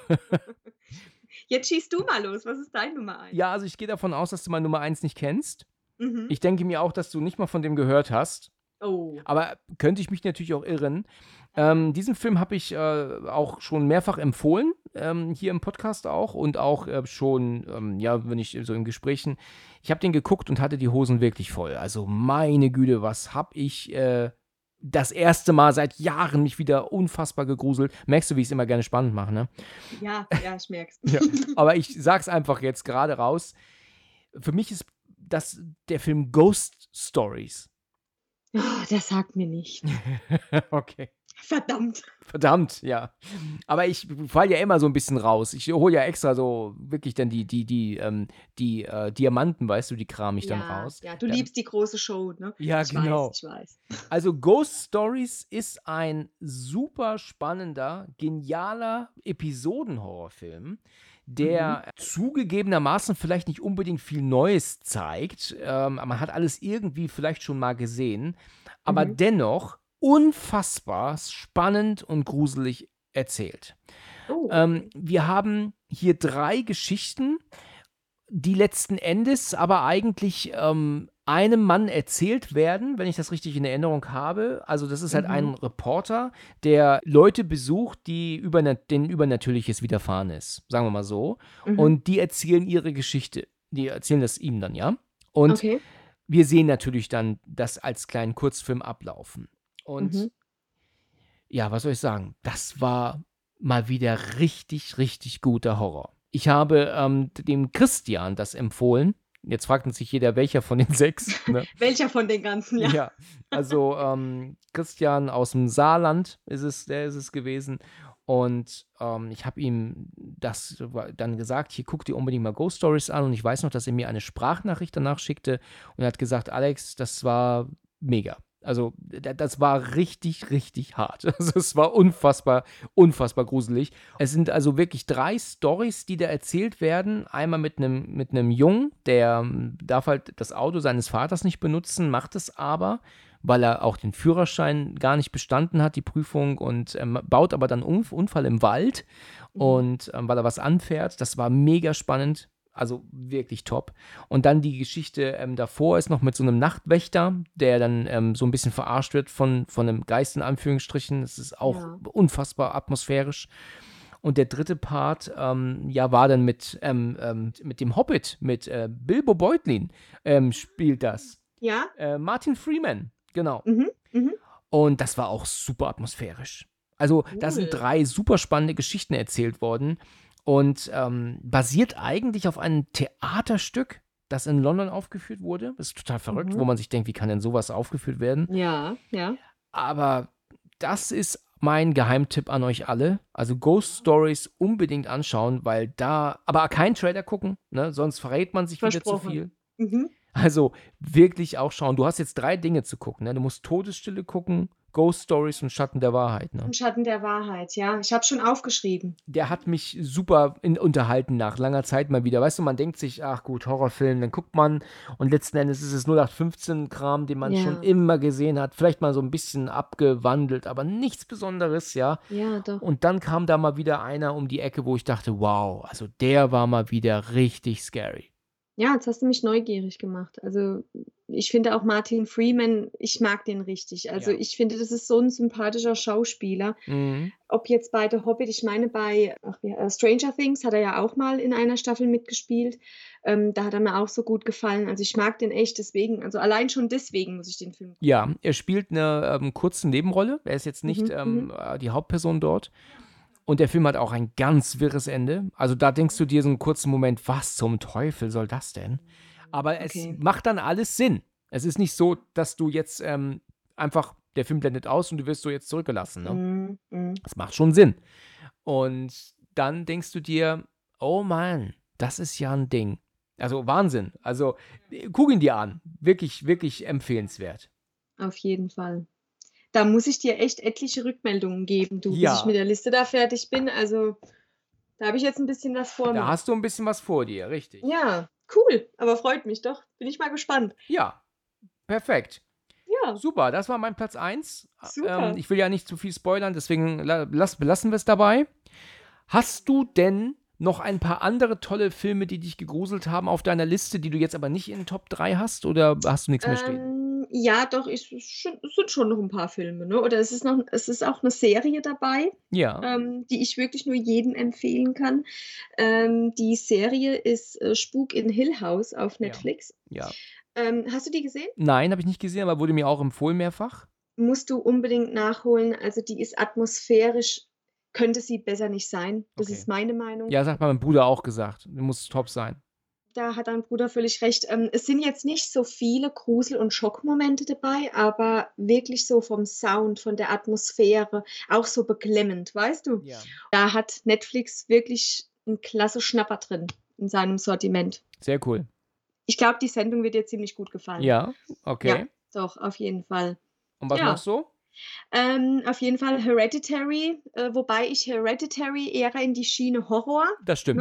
[SPEAKER 3] Jetzt schieß du mal los. Was ist dein Nummer eins?
[SPEAKER 2] Ja, also ich gehe davon aus, dass du meine Nummer eins nicht kennst.
[SPEAKER 3] Mhm.
[SPEAKER 2] Ich denke mir auch, dass du nicht mal von dem gehört hast.
[SPEAKER 3] Oh.
[SPEAKER 2] Aber könnte ich mich natürlich auch irren. Ähm, diesen Film habe ich, äh, auch schon mehrfach empfohlen, ähm, hier im Podcast auch und auch, äh, schon, ähm, ja, wenn ich so in Gesprächen ich habe den geguckt und hatte die Hosen wirklich voll. Also, meine Güte, was habe ich, äh, das erste Mal seit Jahren mich wieder unfassbar gegruselt. Merkst du, wie ich's immer gerne spannend mache, ne?
[SPEAKER 3] Ja, ja, ich merke es.
[SPEAKER 2] Ja, aber ich sage es einfach jetzt grade raus. Für mich ist das der Film Ghost Stories.
[SPEAKER 3] Oh, der sagt mir nicht.
[SPEAKER 2] Okay.
[SPEAKER 3] Verdammt.
[SPEAKER 2] Verdammt, ja. Aber ich falle ja immer so 'n bisschen raus. Ich hole ja extra so wirklich dann die die die, ähm die, äh, Diamanten, weißt du, die krame ich dann
[SPEAKER 3] Ja,
[SPEAKER 2] raus.
[SPEAKER 3] ja, du
[SPEAKER 2] Dann
[SPEAKER 3] liebst die große Show, ne?
[SPEAKER 2] Ja,
[SPEAKER 3] Ich
[SPEAKER 2] genau.
[SPEAKER 3] weiß, ich weiß.
[SPEAKER 2] Also, Ghost Stories ist ein super spannender, genialer Episoden-Horrorfilm,
[SPEAKER 3] Mhm.
[SPEAKER 2] der zugegebenermaßen vielleicht nicht unbedingt viel Neues zeigt. Ähm, man hat alles irgendwie vielleicht schon mal gesehen, aber
[SPEAKER 3] Mhm.
[SPEAKER 2] dennoch unfassbar spannend und gruselig erzählt.
[SPEAKER 3] Oh,
[SPEAKER 2] Ähm,
[SPEAKER 3] okay.
[SPEAKER 2] wir haben hier drei Geschichten, die letzten Endes aber eigentlich, ähm, einem Mann erzählt werden, wenn ich das richtig in Erinnerung habe. Also, das ist halt ein
[SPEAKER 3] Mhm.
[SPEAKER 2] Reporter, der Leute besucht, die übernat denen Übernatürliches widerfahren ist, sagen wir mal so.
[SPEAKER 3] Mhm.
[SPEAKER 2] Und die erzählen ihre Geschichte. Die erzählen das ihm dann, ja? Und
[SPEAKER 3] Okay.
[SPEAKER 2] wir sehen natürlich dann das als kleinen Kurzfilm ablaufen. Und
[SPEAKER 3] Mhm.
[SPEAKER 2] ja, was soll ich sagen? Das war mal wieder richtig, richtig guter Horror. Ich habe, ähm, d dem Christian das empfohlen. Jetzt fragt sich jeder, welcher von den sechs, ne?
[SPEAKER 3] Welcher von den ganzen, ja.
[SPEAKER 2] Ja, also, ähm, Christian aus'm Saarland ist es der ist es gewesen. Und, ähm, ich habe ihm das wa dann gesagt: „Hier, guck dir unbedingt mal Ghost Stories an.“ Und ich weiß noch, dass er mir eine Sprachnachricht danach schickte und er hat gesagt: „Alex, das war mega.“ Also, d das war richtig, richtig hart. Also, es war unfassbar, unfassbar gruselig. Es sind also wirklich drei Storys, die da erzählt werden. Einmal mit 'nem mit 'nem Jungen, der darf halt das Auto seines Vaters nicht benutzen, macht es aber, weil er auch den Führerschein gar nicht bestanden hat, die Prüfung und, ähm, baut aber dann Unf Unfall im Wald
[SPEAKER 3] Mhm.
[SPEAKER 2] und, ähm, weil er was anfährt. Das war mega spannend, also wirklich top. Und dann die Geschichte, ähm, davor ist noch mit so 'nem Nachtwächter, der dann, ähm, so 'n bisschen verarscht wird von von 'nem Geist in Anführungsstrichen. Das ist auch
[SPEAKER 3] Ja.
[SPEAKER 2] unfassbar atmosphärisch. Und der dritte Part, ähm, ja, war dann mit, ähm, ähm mit dem Hobbit, mit, äh, Bilbo Beutlin, ähm, spielt das.
[SPEAKER 3] Ja.
[SPEAKER 2] Äh, Martin Freeman, genau.
[SPEAKER 3] Mhm, mhm.
[SPEAKER 2] Und das war auch super atmosphärisch. Also, da sind
[SPEAKER 3] Cool.
[SPEAKER 2] drei super spannende Geschichten erzählt worden und, ähm, basiert eigentlich auf einem Theaterstück, das in London aufgeführt wurde. Das ist total verrückt,
[SPEAKER 3] Mhm.
[SPEAKER 2] wo man sich denkt: „Wie kann denn so was aufgeführt werden?“
[SPEAKER 3] Ja, ja.
[SPEAKER 2] Aber das ist mein Geheimtipp an euch alle. Also Ghost Stories unbedingt anschauen, weil da, aber kein Trailer gucken, ne? Sonst verrät man sich wieder zu viel.
[SPEAKER 3] Mhm.
[SPEAKER 2] Also wirklich auch schauen. Du hast jetzt drei Dinge zu gucken, ne? Du musst Todesstille gucken, Ghost Stories und Schatten der Wahrheit, ne?
[SPEAKER 3] Und Schatten der Wahrheit, ja. Ich habe schon aufgeschrieben.
[SPEAKER 2] Der hat mich super in, unterhalten nach langer Zeit mal wieder. Weißt du, man denkt sich, ach gut, Horrorfilm, dann guckt man und letzten Endes ist es null acht fünfzehn-Kram, den man
[SPEAKER 3] Ja.
[SPEAKER 2] schon immer gesehen hat. Vielleicht mal so ein bisschen abgewandelt, aber nichts Besonderes, ja.
[SPEAKER 3] Ja, doch.
[SPEAKER 2] Und dann kam da mal wieder einer um die Ecke, wo ich dachte, wow, also der war mal wieder richtig scary.
[SPEAKER 3] Ja, jetzt hast du mich neugierig gemacht. Also ich finde auch Martin Freeman, ich mag den richtig. Also
[SPEAKER 2] Ja.
[SPEAKER 3] ich finde, das ist so ein sympathischer Schauspieler.
[SPEAKER 2] Mhm.
[SPEAKER 3] Ob jetzt bei The Hobbit, ich meine bei ach, wie, äh, Stranger Things hat er ja auch mal in einer Staffel mitgespielt. Ähm, da hat er mir auch so gut gefallen. Also ich mag den echt deswegen, also allein schon deswegen muss ich den Film gucken.
[SPEAKER 2] Ja, er spielt eine ähm, kurze Nebenrolle. Er ist jetzt nicht
[SPEAKER 3] Mhm,
[SPEAKER 2] ähm, äh, die Hauptperson dort. Und der Film hat auch ein ganz wirres Ende. Also da denkst du dir so einen kurzen Moment, was zum Teufel soll das denn? Aber es
[SPEAKER 3] Okay.
[SPEAKER 2] macht dann alles Sinn. Es ist nicht so, dass du jetzt ähm, einfach, der Film blendet aus und du wirst so jetzt zurückgelassen. Ne?
[SPEAKER 3] Mhm, mhm.
[SPEAKER 2] Das macht schon Sinn. Und dann denkst du dir, oh Mann, das ist ja ein Ding. Also Wahnsinn. Also äh, guck ihn dir an. Wirklich, wirklich empfehlenswert.
[SPEAKER 3] Auf jeden Fall. Da muss ich dir echt etliche Rückmeldungen geben, du, bis
[SPEAKER 2] Ja.
[SPEAKER 3] ich mit der Liste da fertig bin. Also da habe ich jetzt ein bisschen was vor
[SPEAKER 2] Da
[SPEAKER 3] mir.
[SPEAKER 2] hast du ein bisschen was vor dir, richtig.
[SPEAKER 3] Ja, cool, aber freut mich doch. Bin ich mal gespannt.
[SPEAKER 2] Ja, perfekt.
[SPEAKER 3] Ja,
[SPEAKER 2] Super, das war mein Platz eins.
[SPEAKER 3] Super.
[SPEAKER 2] Ähm, ich will ja nicht zu viel spoilern, deswegen la lass, belassen wir es dabei. Hast du denn noch ein paar andere tolle Filme, die dich gegruselt haben auf deiner Liste, die du jetzt aber nicht in den Top drei hast? Oder hast du nichts mehr stehen?
[SPEAKER 3] ähm, ja, doch, ich, es schon- es sind schon noch ein paar Filme, ne? Oder es ist noch, es ist auch eine Serie dabei,
[SPEAKER 2] Ja,
[SPEAKER 3] ähm, die ich wirklich nur jedem empfehlen kann. Ähm, die Serie ist äh, Spuk in Hill House auf
[SPEAKER 2] Ja.
[SPEAKER 3] Netflix.
[SPEAKER 2] ja.
[SPEAKER 3] Ähm, hast du die gesehen?
[SPEAKER 2] Nein, habe ich nicht gesehen, aber wurde mir auch empfohlen mehrfach.
[SPEAKER 3] Musst du unbedingt nachholen. Also die ist atmosphärisch, könnte sie besser nicht sein. Das
[SPEAKER 2] Okay.
[SPEAKER 3] ist meine Meinung.
[SPEAKER 2] Ja, das hat mein Bruder auch gesagt. Muss top sein.
[SPEAKER 3] Da hat dein Bruder völlig recht. Ähm, es sind jetzt nicht so viele Grusel- und Schockmomente dabei, aber wirklich so vom Sound, von der Atmosphäre, auch so beklemmend, weißt du?
[SPEAKER 2] Ja.
[SPEAKER 3] Da hat Netflix wirklich einen klasse Schnapper drin in seinem Sortiment.
[SPEAKER 2] Sehr cool.
[SPEAKER 3] Ich glaube, die Sendung wird dir ziemlich gut gefallen.
[SPEAKER 2] Ja, okay.
[SPEAKER 3] Ja, doch, auf jeden Fall.
[SPEAKER 2] Und was
[SPEAKER 3] Ja.
[SPEAKER 2] noch so?
[SPEAKER 3] Ähm, auf jeden Fall Hereditary, äh, wobei ich Hereditary eher in die Schiene Horror,
[SPEAKER 2] Das stimmt.
[SPEAKER 3] ne?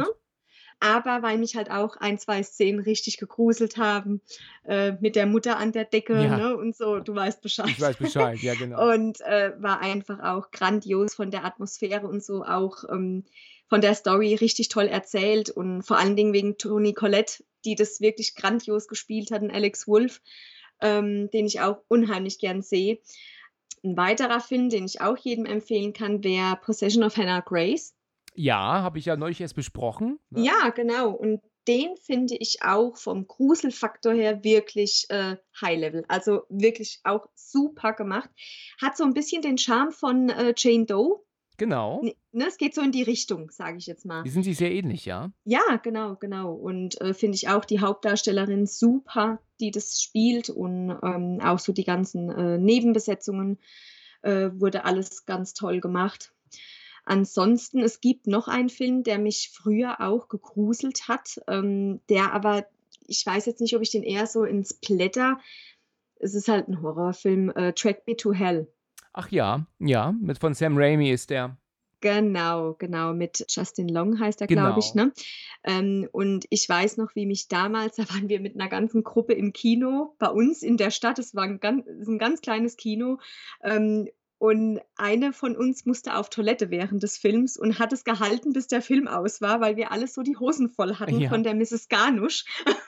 [SPEAKER 3] Aber weil mich halt auch ein, zwei Szenen richtig gegruselt haben, äh, mit der Mutter an der Decke,
[SPEAKER 2] Ja.
[SPEAKER 3] ne, und so, du weißt Bescheid.
[SPEAKER 2] Ich weiß Bescheid, ja, genau.
[SPEAKER 3] Und äh, war einfach auch grandios von der Atmosphäre und so, auch ähm, von der Story richtig toll erzählt und vor allen Dingen wegen Toni Collette, die das wirklich grandios gespielt hat, und Alex Wolff, ähm, den ich auch unheimlich gern sehe. Ein weiterer Film, den ich auch jedem empfehlen kann, wäre Possession of Hannah Grace.
[SPEAKER 2] Ja, habe ich ja neulich erst besprochen. Ne?
[SPEAKER 3] Ja, genau. Und den finde ich auch vom Gruselfaktor her wirklich äh, High Level. Also wirklich auch super gemacht. Hat so ein bisschen den Charme von äh, Jane Doe.
[SPEAKER 2] Genau.
[SPEAKER 3] N- Ne, es geht so in die Richtung, sage ich jetzt mal.
[SPEAKER 2] Die sind sich sehr ähnlich, ja.
[SPEAKER 3] Ja, genau, genau. Und äh, finde ich auch die Hauptdarstellerin super, die das spielt. Und ähm, auch so die ganzen äh, Nebenbesetzungen äh, wurde alles ganz toll gemacht. Ansonsten, es gibt noch einen Film, der mich früher auch gegruselt hat, ähm, der aber, ich weiß jetzt nicht, ob ich den eher so ins Blätter, es ist halt ein Horrorfilm, äh, Track Me to Hell.
[SPEAKER 2] Ach ja, ja, mit von Sam Raimi ist der.
[SPEAKER 3] Genau, genau, mit Justin Long heißt er,
[SPEAKER 2] Genau.
[SPEAKER 3] glaube ich, ne? Ähm, und ich weiß noch, wie mich damals, da waren wir mit einer ganzen Gruppe im Kino bei uns in der Stadt, es war ein ganz, es ist ein ganz kleines Kino, ähm, und eine von uns musste auf Toilette während des Films und hat es gehalten, bis der Film aus war, weil wir alle so die Hosen voll hatten
[SPEAKER 2] Ja.
[SPEAKER 3] von der Misses Garnusch,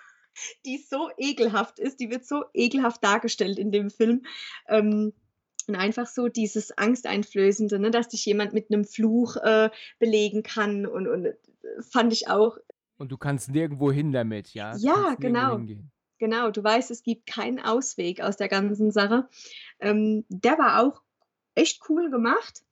[SPEAKER 3] die so ekelhaft ist, die wird so ekelhaft dargestellt in dem Film. Ähm, und einfach so dieses Angsteinflößende, ne, dass dich jemand mit einem Fluch äh, belegen kann und, und äh, fand ich auch,
[SPEAKER 2] Und du kannst nirgendwo hin damit, ja. Du
[SPEAKER 3] Ja,
[SPEAKER 2] kannst nirgendwo
[SPEAKER 3] genau.
[SPEAKER 2] hingehen.
[SPEAKER 3] genau, du weißt, es gibt keinen Ausweg aus der ganzen Sache. Ähm, der war auch echt cool gemacht.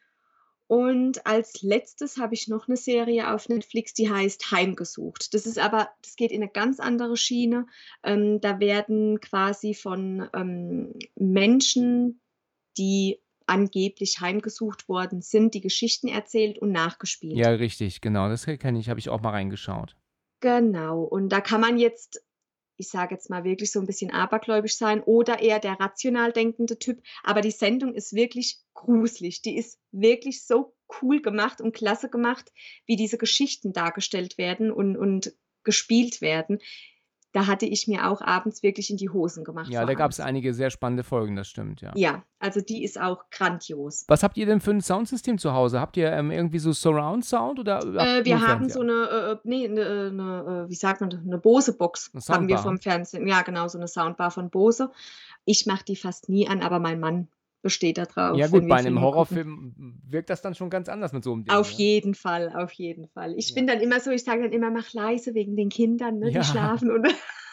[SPEAKER 3] Und als letztes habe ich noch eine Serie auf Netflix, die heißt Heimgesucht. Das ist aber, das geht in eine ganz andere Schiene. Ähm, da werden quasi von ähm, Menschen, die angeblich heimgesucht worden sind, die Geschichten erzählt und nachgespielt.
[SPEAKER 2] Ja, richtig, genau. Das kenne ich, habe ich auch mal reingeschaut.
[SPEAKER 3] Genau. Und da kann man jetzt, ich sage jetzt mal wirklich so ein bisschen abergläubisch sein oder eher der rational denkende Typ. Aber die Sendung ist wirklich gruselig. Die ist wirklich so cool gemacht und klasse gemacht, wie diese Geschichten dargestellt werden und, und gespielt werden. Da hatte ich mir auch abends wirklich in die Hosen gemacht
[SPEAKER 2] Ja,
[SPEAKER 3] vor
[SPEAKER 2] da gab es
[SPEAKER 3] Angst.
[SPEAKER 2] einige sehr spannende Folgen, das stimmt, ja.
[SPEAKER 3] Ja, also die ist auch grandios.
[SPEAKER 2] Was habt ihr denn für ein Soundsystem zu Hause? Habt ihr ähm, irgendwie so Surround Sound oder habt
[SPEAKER 3] Äh,
[SPEAKER 2] ihr
[SPEAKER 3] wir
[SPEAKER 2] nur
[SPEAKER 3] haben so
[SPEAKER 2] Fernseher?
[SPEAKER 3] eine, äh, nee, 'ne, äh, 'ne, äh, wie sagt man das, 'ne Bose-Box
[SPEAKER 2] Eine
[SPEAKER 3] haben wir
[SPEAKER 2] Soundbar?
[SPEAKER 3] vom Fernsehen. Ja, genau, so eine Soundbar von Bose. Ich mache die fast nie an, aber mein Mann besteht da
[SPEAKER 2] Ja
[SPEAKER 3] drauf,
[SPEAKER 2] gut,
[SPEAKER 3] wenn
[SPEAKER 2] bei
[SPEAKER 3] wir
[SPEAKER 2] einem
[SPEAKER 3] Filme gucken.
[SPEAKER 2] Horrorfilm wirkt das dann schon ganz anders mit so einem Ding,
[SPEAKER 3] Auf
[SPEAKER 2] ne?
[SPEAKER 3] jeden Fall, auf jeden Fall. Ich
[SPEAKER 2] Ja.
[SPEAKER 3] bin dann immer so, ich sage dann immer: „Mach leise wegen den Kindern, ne, die
[SPEAKER 2] Ja.
[SPEAKER 3] schlafen" und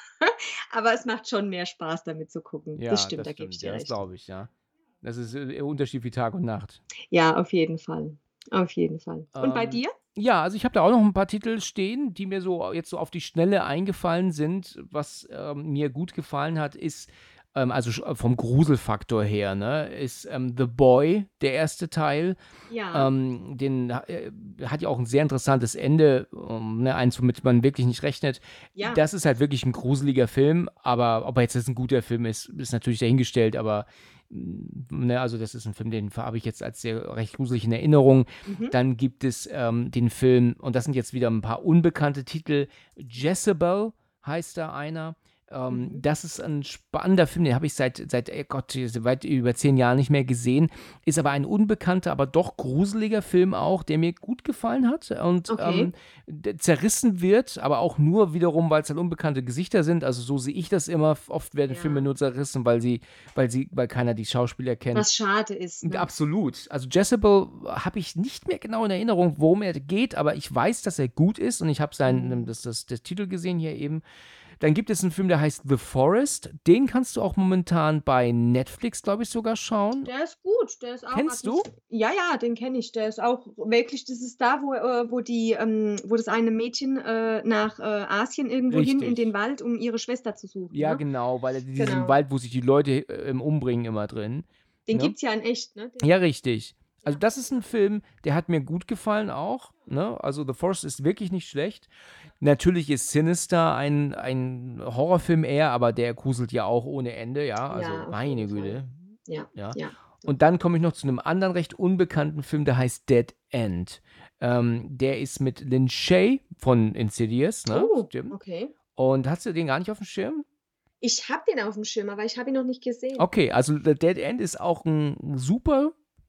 [SPEAKER 3] aber es macht schon mehr Spaß, damit zu gucken. Das
[SPEAKER 2] Ja,
[SPEAKER 3] stimmt,
[SPEAKER 2] das
[SPEAKER 3] da gebe ich
[SPEAKER 2] stimmt.
[SPEAKER 3] dir
[SPEAKER 2] Ja, das
[SPEAKER 3] recht.
[SPEAKER 2] glaube ich, ja. Das ist äh, Unterschied wie Tag und Nacht.
[SPEAKER 3] Ja, auf jeden Fall. Auf jeden Fall. Und bei
[SPEAKER 2] Ähm,
[SPEAKER 3] dir?
[SPEAKER 2] ja, also ich habe da auch noch ein paar Titel stehen, die mir so jetzt so auf die Schnelle eingefallen sind. Was ähm, mir gut gefallen hat, ist, ähm, also sch- vom Gruselfaktor her, ne, ist ähm, The Boy, der erste Teil.
[SPEAKER 3] Ja.
[SPEAKER 2] Ähm, den äh, hat ja auch ein sehr interessantes Ende, ähm, ne, eins, womit man wirklich nicht rechnet.
[SPEAKER 3] Ja.
[SPEAKER 2] Das ist halt wirklich ein gruseliger Film, aber ob er jetzt ein guter Film ist, ist natürlich dahingestellt, aber mm, ne, also das ist ein Film, den habe ich jetzt als sehr recht gruselig in Erinnerung.
[SPEAKER 3] Mhm.
[SPEAKER 2] Dann gibt es ähm, den Film, und das sind jetzt wieder ein paar unbekannte Titel, Jezebel heißt da einer. Ähm,
[SPEAKER 3] Mhm.
[SPEAKER 2] das ist ein spannender Film, den habe ich seit, seit oh Gott, weit über zehn Jahren nicht mehr gesehen. Ist aber ein unbekannter, aber doch gruseliger Film auch, der mir gut gefallen hat und
[SPEAKER 3] Okay.
[SPEAKER 2] ähm, der zerrissen wird, aber auch nur wiederum, weil es halt unbekannte Gesichter sind. Also so sehe ich das immer. Oft werden
[SPEAKER 3] Ja.
[SPEAKER 2] Filme nur zerrissen, weil sie, weil sie, weil keiner die Schauspieler kennt.
[SPEAKER 3] Was schade ist, ne?
[SPEAKER 2] Absolut. Also Jezebel habe ich nicht mehr genau in Erinnerung, worum er geht, aber ich weiß, dass er gut ist und ich habe seinen,
[SPEAKER 3] Mhm.
[SPEAKER 2] das, das, das Titel gesehen hier eben. Dann gibt es einen Film, der heißt The Forest. Den kannst du auch momentan bei Netflix, glaube ich, sogar schauen.
[SPEAKER 3] Der ist gut, der ist auch
[SPEAKER 2] Kennst du?
[SPEAKER 3] atmos ja, ja, den kenne ich. Der ist auch wirklich, das ist da, wo, äh, wo die, ähm, wo das eine Mädchen äh, nach äh, Asien irgendwo hin in den
[SPEAKER 2] Richtig.
[SPEAKER 3] Wald, um ihre Schwester zu suchen,
[SPEAKER 2] Ja,
[SPEAKER 3] ne?
[SPEAKER 2] genau, weil er diesen
[SPEAKER 3] Genau.
[SPEAKER 2] Wald, wo sich die Leute äh, im umbringen, immer drin.
[SPEAKER 3] Den
[SPEAKER 2] Ne?
[SPEAKER 3] gibt's ja in echt, ne? Den,
[SPEAKER 2] Ja, richtig. Also
[SPEAKER 3] ja.
[SPEAKER 2] das ist ein Film, der hat mir gut gefallen auch. Ne? Also The Forest ist wirklich nicht schlecht. Natürlich ist Sinister ein, ein Horrorfilm eher, aber der gruselt ja auch ohne Ende, ja. Also
[SPEAKER 3] Ja, auf
[SPEAKER 2] meine
[SPEAKER 3] jeden Fall.
[SPEAKER 2] Güte.
[SPEAKER 3] Ja,
[SPEAKER 2] Ja.
[SPEAKER 3] ja.
[SPEAKER 2] Und dann komme ich noch zu einem anderen recht unbekannten Film, der heißt Dead End. Ähm, der ist mit Lin Shaye von Insidious, ne?
[SPEAKER 3] Oh,
[SPEAKER 2] Stimmt.
[SPEAKER 3] okay.
[SPEAKER 2] Und hast du den gar nicht auf dem Schirm?
[SPEAKER 3] Ich habe den auf dem Schirm, aber ich habe ihn noch nicht gesehen.
[SPEAKER 2] Okay, also The Dead End ist auch ein super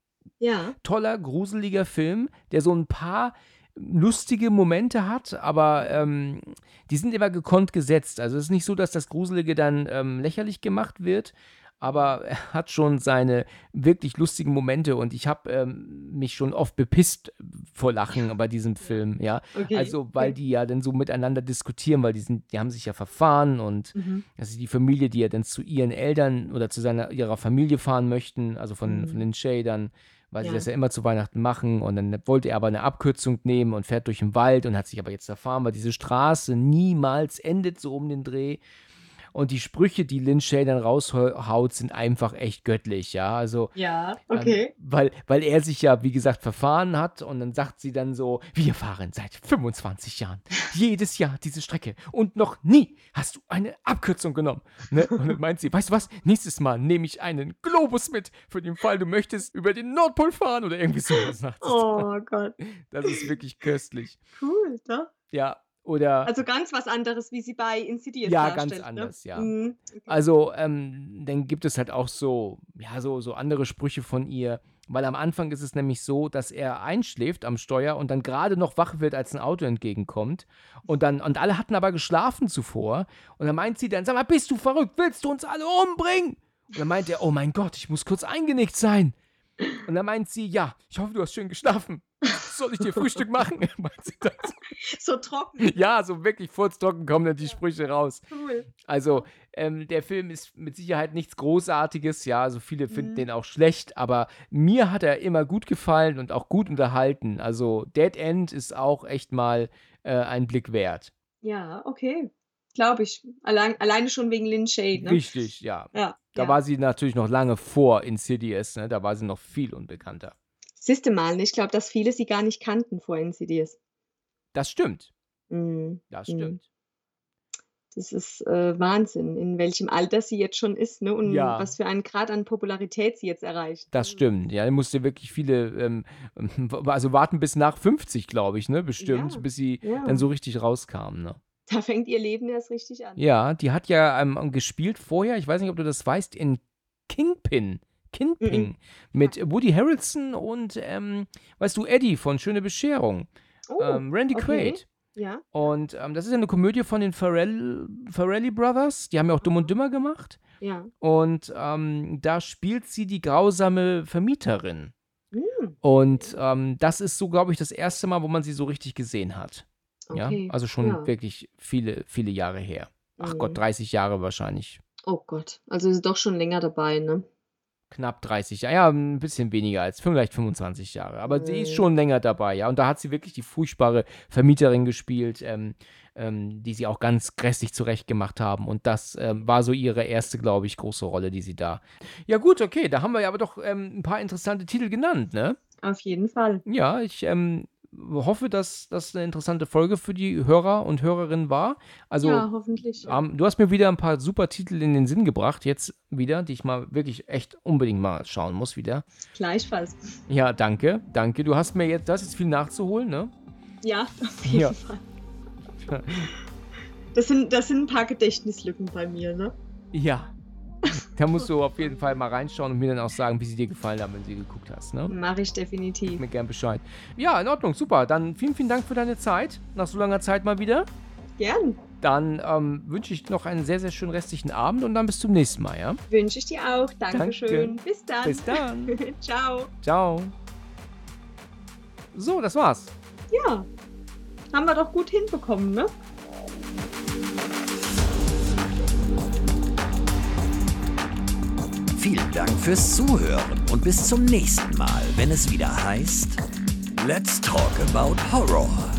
[SPEAKER 3] Ja.
[SPEAKER 2] toller, gruseliger Film, der so ein paar lustige Momente hat, aber ähm, die sind immer gekonnt gesetzt. Also es ist nicht so, dass das Gruselige dann ähm, lächerlich gemacht wird, aber er hat schon seine wirklich lustigen Momente und ich habe ähm, mich schon oft bepisst vor Lachen bei diesem Film, ja.
[SPEAKER 3] Okay.
[SPEAKER 2] Also, weil
[SPEAKER 3] Okay.
[SPEAKER 2] die ja dann so miteinander diskutieren, weil die sind, die haben sich ja verfahren und
[SPEAKER 3] Mhm.
[SPEAKER 2] das ist die Familie, die ja dann zu ihren Eltern oder zu seiner, ihrer Familie fahren möchten, also von, von
[SPEAKER 3] Mhm.
[SPEAKER 2] Lin Shaye dann, weil sie
[SPEAKER 3] Ja.
[SPEAKER 2] das ja immer zu Weihnachten machen und dann wollte er aber eine Abkürzung nehmen und fährt durch den Wald und hat sich aber jetzt erfahren, weil diese Straße niemals endet so um den Dreh. Und die Sprüche, die Lin Shaye dann raushaut, sind einfach echt göttlich, ja. Also,
[SPEAKER 3] Ja,
[SPEAKER 2] ähm,
[SPEAKER 3] okay.
[SPEAKER 2] weil, weil er sich ja, wie gesagt, verfahren hat und dann sagt sie dann so, wir fahren seit fünfundzwanzig Jahren jedes Jahr diese Strecke und noch nie hast du eine Abkürzung genommen. Ne? Und dann meint sie, weißt du was, nächstes Mal nehme ich einen Globus mit, für den Fall du möchtest über den Nordpol fahren oder irgendwie sowas. sagt sie.
[SPEAKER 3] Oh Gott.
[SPEAKER 2] Das ist wirklich köstlich.
[SPEAKER 3] Cool, doch.
[SPEAKER 2] Ja, oder...
[SPEAKER 3] Also ganz was anderes, wie sie bei Insidious
[SPEAKER 2] Ja, ganz
[SPEAKER 3] darstellt, ne?
[SPEAKER 2] anders, ja.
[SPEAKER 3] Mhm. Okay.
[SPEAKER 2] Also, ähm, dann gibt es halt auch so, ja, so, so andere Sprüche von ihr. Weil am Anfang ist es nämlich so, dass er einschläft am Steuer und dann gerade noch wach wird, als ein Auto entgegenkommt. Und dann, und alle hatten aber geschlafen zuvor. Und dann meint sie dann, sag mal, bist du verrückt? Willst du uns alle umbringen? Und dann meint er, oh mein Gott, ich muss kurz eingenickt sein. Und dann meint sie, ja, ich hoffe, du hast schön geschlafen. Soll ich dir Frühstück machen? meint sie dann so.
[SPEAKER 3] So trocken.
[SPEAKER 2] Ja, so wirklich furztrocken kommen dann die Sprüche raus.
[SPEAKER 3] Cool.
[SPEAKER 2] Also, ähm, der Film ist mit Sicherheit nichts Großartiges, ja, also viele finden
[SPEAKER 3] Mhm.
[SPEAKER 2] den auch schlecht, aber mir hat er immer gut gefallen und auch gut unterhalten. Also, Dead End ist auch echt mal äh, ein Blick wert.
[SPEAKER 3] Ja, okay. Glaube ich. Allein, alleine schon wegen Lin Shaye, ne?
[SPEAKER 2] Richtig, ja.
[SPEAKER 3] Ja.
[SPEAKER 2] Da
[SPEAKER 3] Ja.
[SPEAKER 2] war sie natürlich noch lange vor Insidious, ne? Da war sie noch viel unbekannter.
[SPEAKER 3] Siehste mal, ne? Ich glaube, dass viele sie gar nicht kannten vor Insidious.
[SPEAKER 2] Das stimmt,
[SPEAKER 3] Mhm.
[SPEAKER 2] das
[SPEAKER 3] Mhm.
[SPEAKER 2] stimmt.
[SPEAKER 3] Das ist, äh, Wahnsinn, in welchem Alter sie jetzt schon ist, ne, und
[SPEAKER 2] Ja.
[SPEAKER 3] was für einen Grad an Popularität sie jetzt erreicht.
[SPEAKER 2] Das
[SPEAKER 3] Also,
[SPEAKER 2] stimmt. Ja, da musste wirklich viele, ähm, also warten bis nach fünfzig, glaube ich, ne? Bestimmt,
[SPEAKER 3] Ja,
[SPEAKER 2] bis sie
[SPEAKER 3] ja.
[SPEAKER 2] dann so richtig rauskam, ne?
[SPEAKER 3] Da fängt ihr Leben erst richtig an.
[SPEAKER 2] Ja, die hat ja ähm, gespielt vorher, ich weiß nicht, ob du das weißt, in Kingpin. Kingpin.
[SPEAKER 3] Mhm.
[SPEAKER 2] Mit Woody Harrelson und, ähm, weißt du, Eddie von Schöne Bescherung.
[SPEAKER 3] Oh,
[SPEAKER 2] Ähm, Randy
[SPEAKER 3] okay.
[SPEAKER 2] Quaid.
[SPEAKER 3] Ja.
[SPEAKER 2] Und ähm, das ist ja eine Komödie von den Farrell, Farrelly Brothers. Die haben ja auch Dumm und Dümmer gemacht.
[SPEAKER 3] Ja.
[SPEAKER 2] Und ähm, da spielt sie die grausame Vermieterin.
[SPEAKER 3] Mhm.
[SPEAKER 2] Und ähm, das ist so, glaube ich, das erste Mal, wo man sie so richtig gesehen hat. Ja,
[SPEAKER 3] Okay.
[SPEAKER 2] also schon
[SPEAKER 3] Ja.
[SPEAKER 2] wirklich viele, viele Jahre her. Ach Gott,
[SPEAKER 3] Mhm.
[SPEAKER 2] dreißig Jahre wahrscheinlich.
[SPEAKER 3] Oh Gott. Also ist doch schon länger dabei, ne?
[SPEAKER 2] Knapp dreißig Jahre, ja, ein bisschen weniger als, vielleicht fünfundzwanzig Jahre. Aber sie ist
[SPEAKER 3] Mhm.
[SPEAKER 2] schon länger dabei, ja. Und da hat sie wirklich die furchtbare Vermieterin gespielt, ähm, ähm, die sie auch ganz grässlich zurechtgemacht haben. Und das ähm, war so ihre erste, glaube ich, große Rolle, die sie da. Ja, gut, okay, da haben wir ja aber doch ähm, ein paar interessante Titel genannt, ne?
[SPEAKER 3] Auf jeden Fall.
[SPEAKER 2] Ja, ich ähm, hoffe, dass das eine interessante Folge für die Hörer und Hörerinnen war. Also,
[SPEAKER 3] Ja, hoffentlich.
[SPEAKER 2] ähm, du hast mir wieder ein paar super Titel in den Sinn gebracht, jetzt wieder, die ich mal wirklich echt unbedingt mal schauen muss wieder.
[SPEAKER 3] Gleichfalls.
[SPEAKER 2] Ja, danke, danke. Du hast mir jetzt, du hast jetzt viel nachzuholen, ne?
[SPEAKER 3] Ja, auf jeden
[SPEAKER 2] Ja.
[SPEAKER 3] Fall. Das sind, das sind ein paar Gedächtnislücken bei mir, ne?
[SPEAKER 2] Ja. Da musst du auf jeden Fall mal reinschauen und mir dann auch sagen, wie sie dir gefallen haben, wenn du sie geguckt hast, ne?
[SPEAKER 3] Mache ich
[SPEAKER 2] Gib
[SPEAKER 3] definitiv.
[SPEAKER 2] mir gern Bescheid. Ja, in Ordnung, super. Dann vielen, vielen Dank für deine Zeit. Nach so langer Zeit mal wieder.
[SPEAKER 3] Gern.
[SPEAKER 2] Dann ähm, wünsche ich noch einen sehr, sehr schönen restlichen Abend und dann bis zum nächsten Mal, ja?
[SPEAKER 3] Wünsche ich dir auch. Dankeschön.
[SPEAKER 2] Danke.
[SPEAKER 3] Bis dann.
[SPEAKER 2] Bis dann.
[SPEAKER 3] Ciao.
[SPEAKER 2] Ciao. So, das war's.
[SPEAKER 3] Ja. Haben wir doch gut hinbekommen, ne?
[SPEAKER 1] Vielen Dank fürs Zuhören und bis zum nächsten Mal, wenn es wieder heißt Let's Talk About Horror.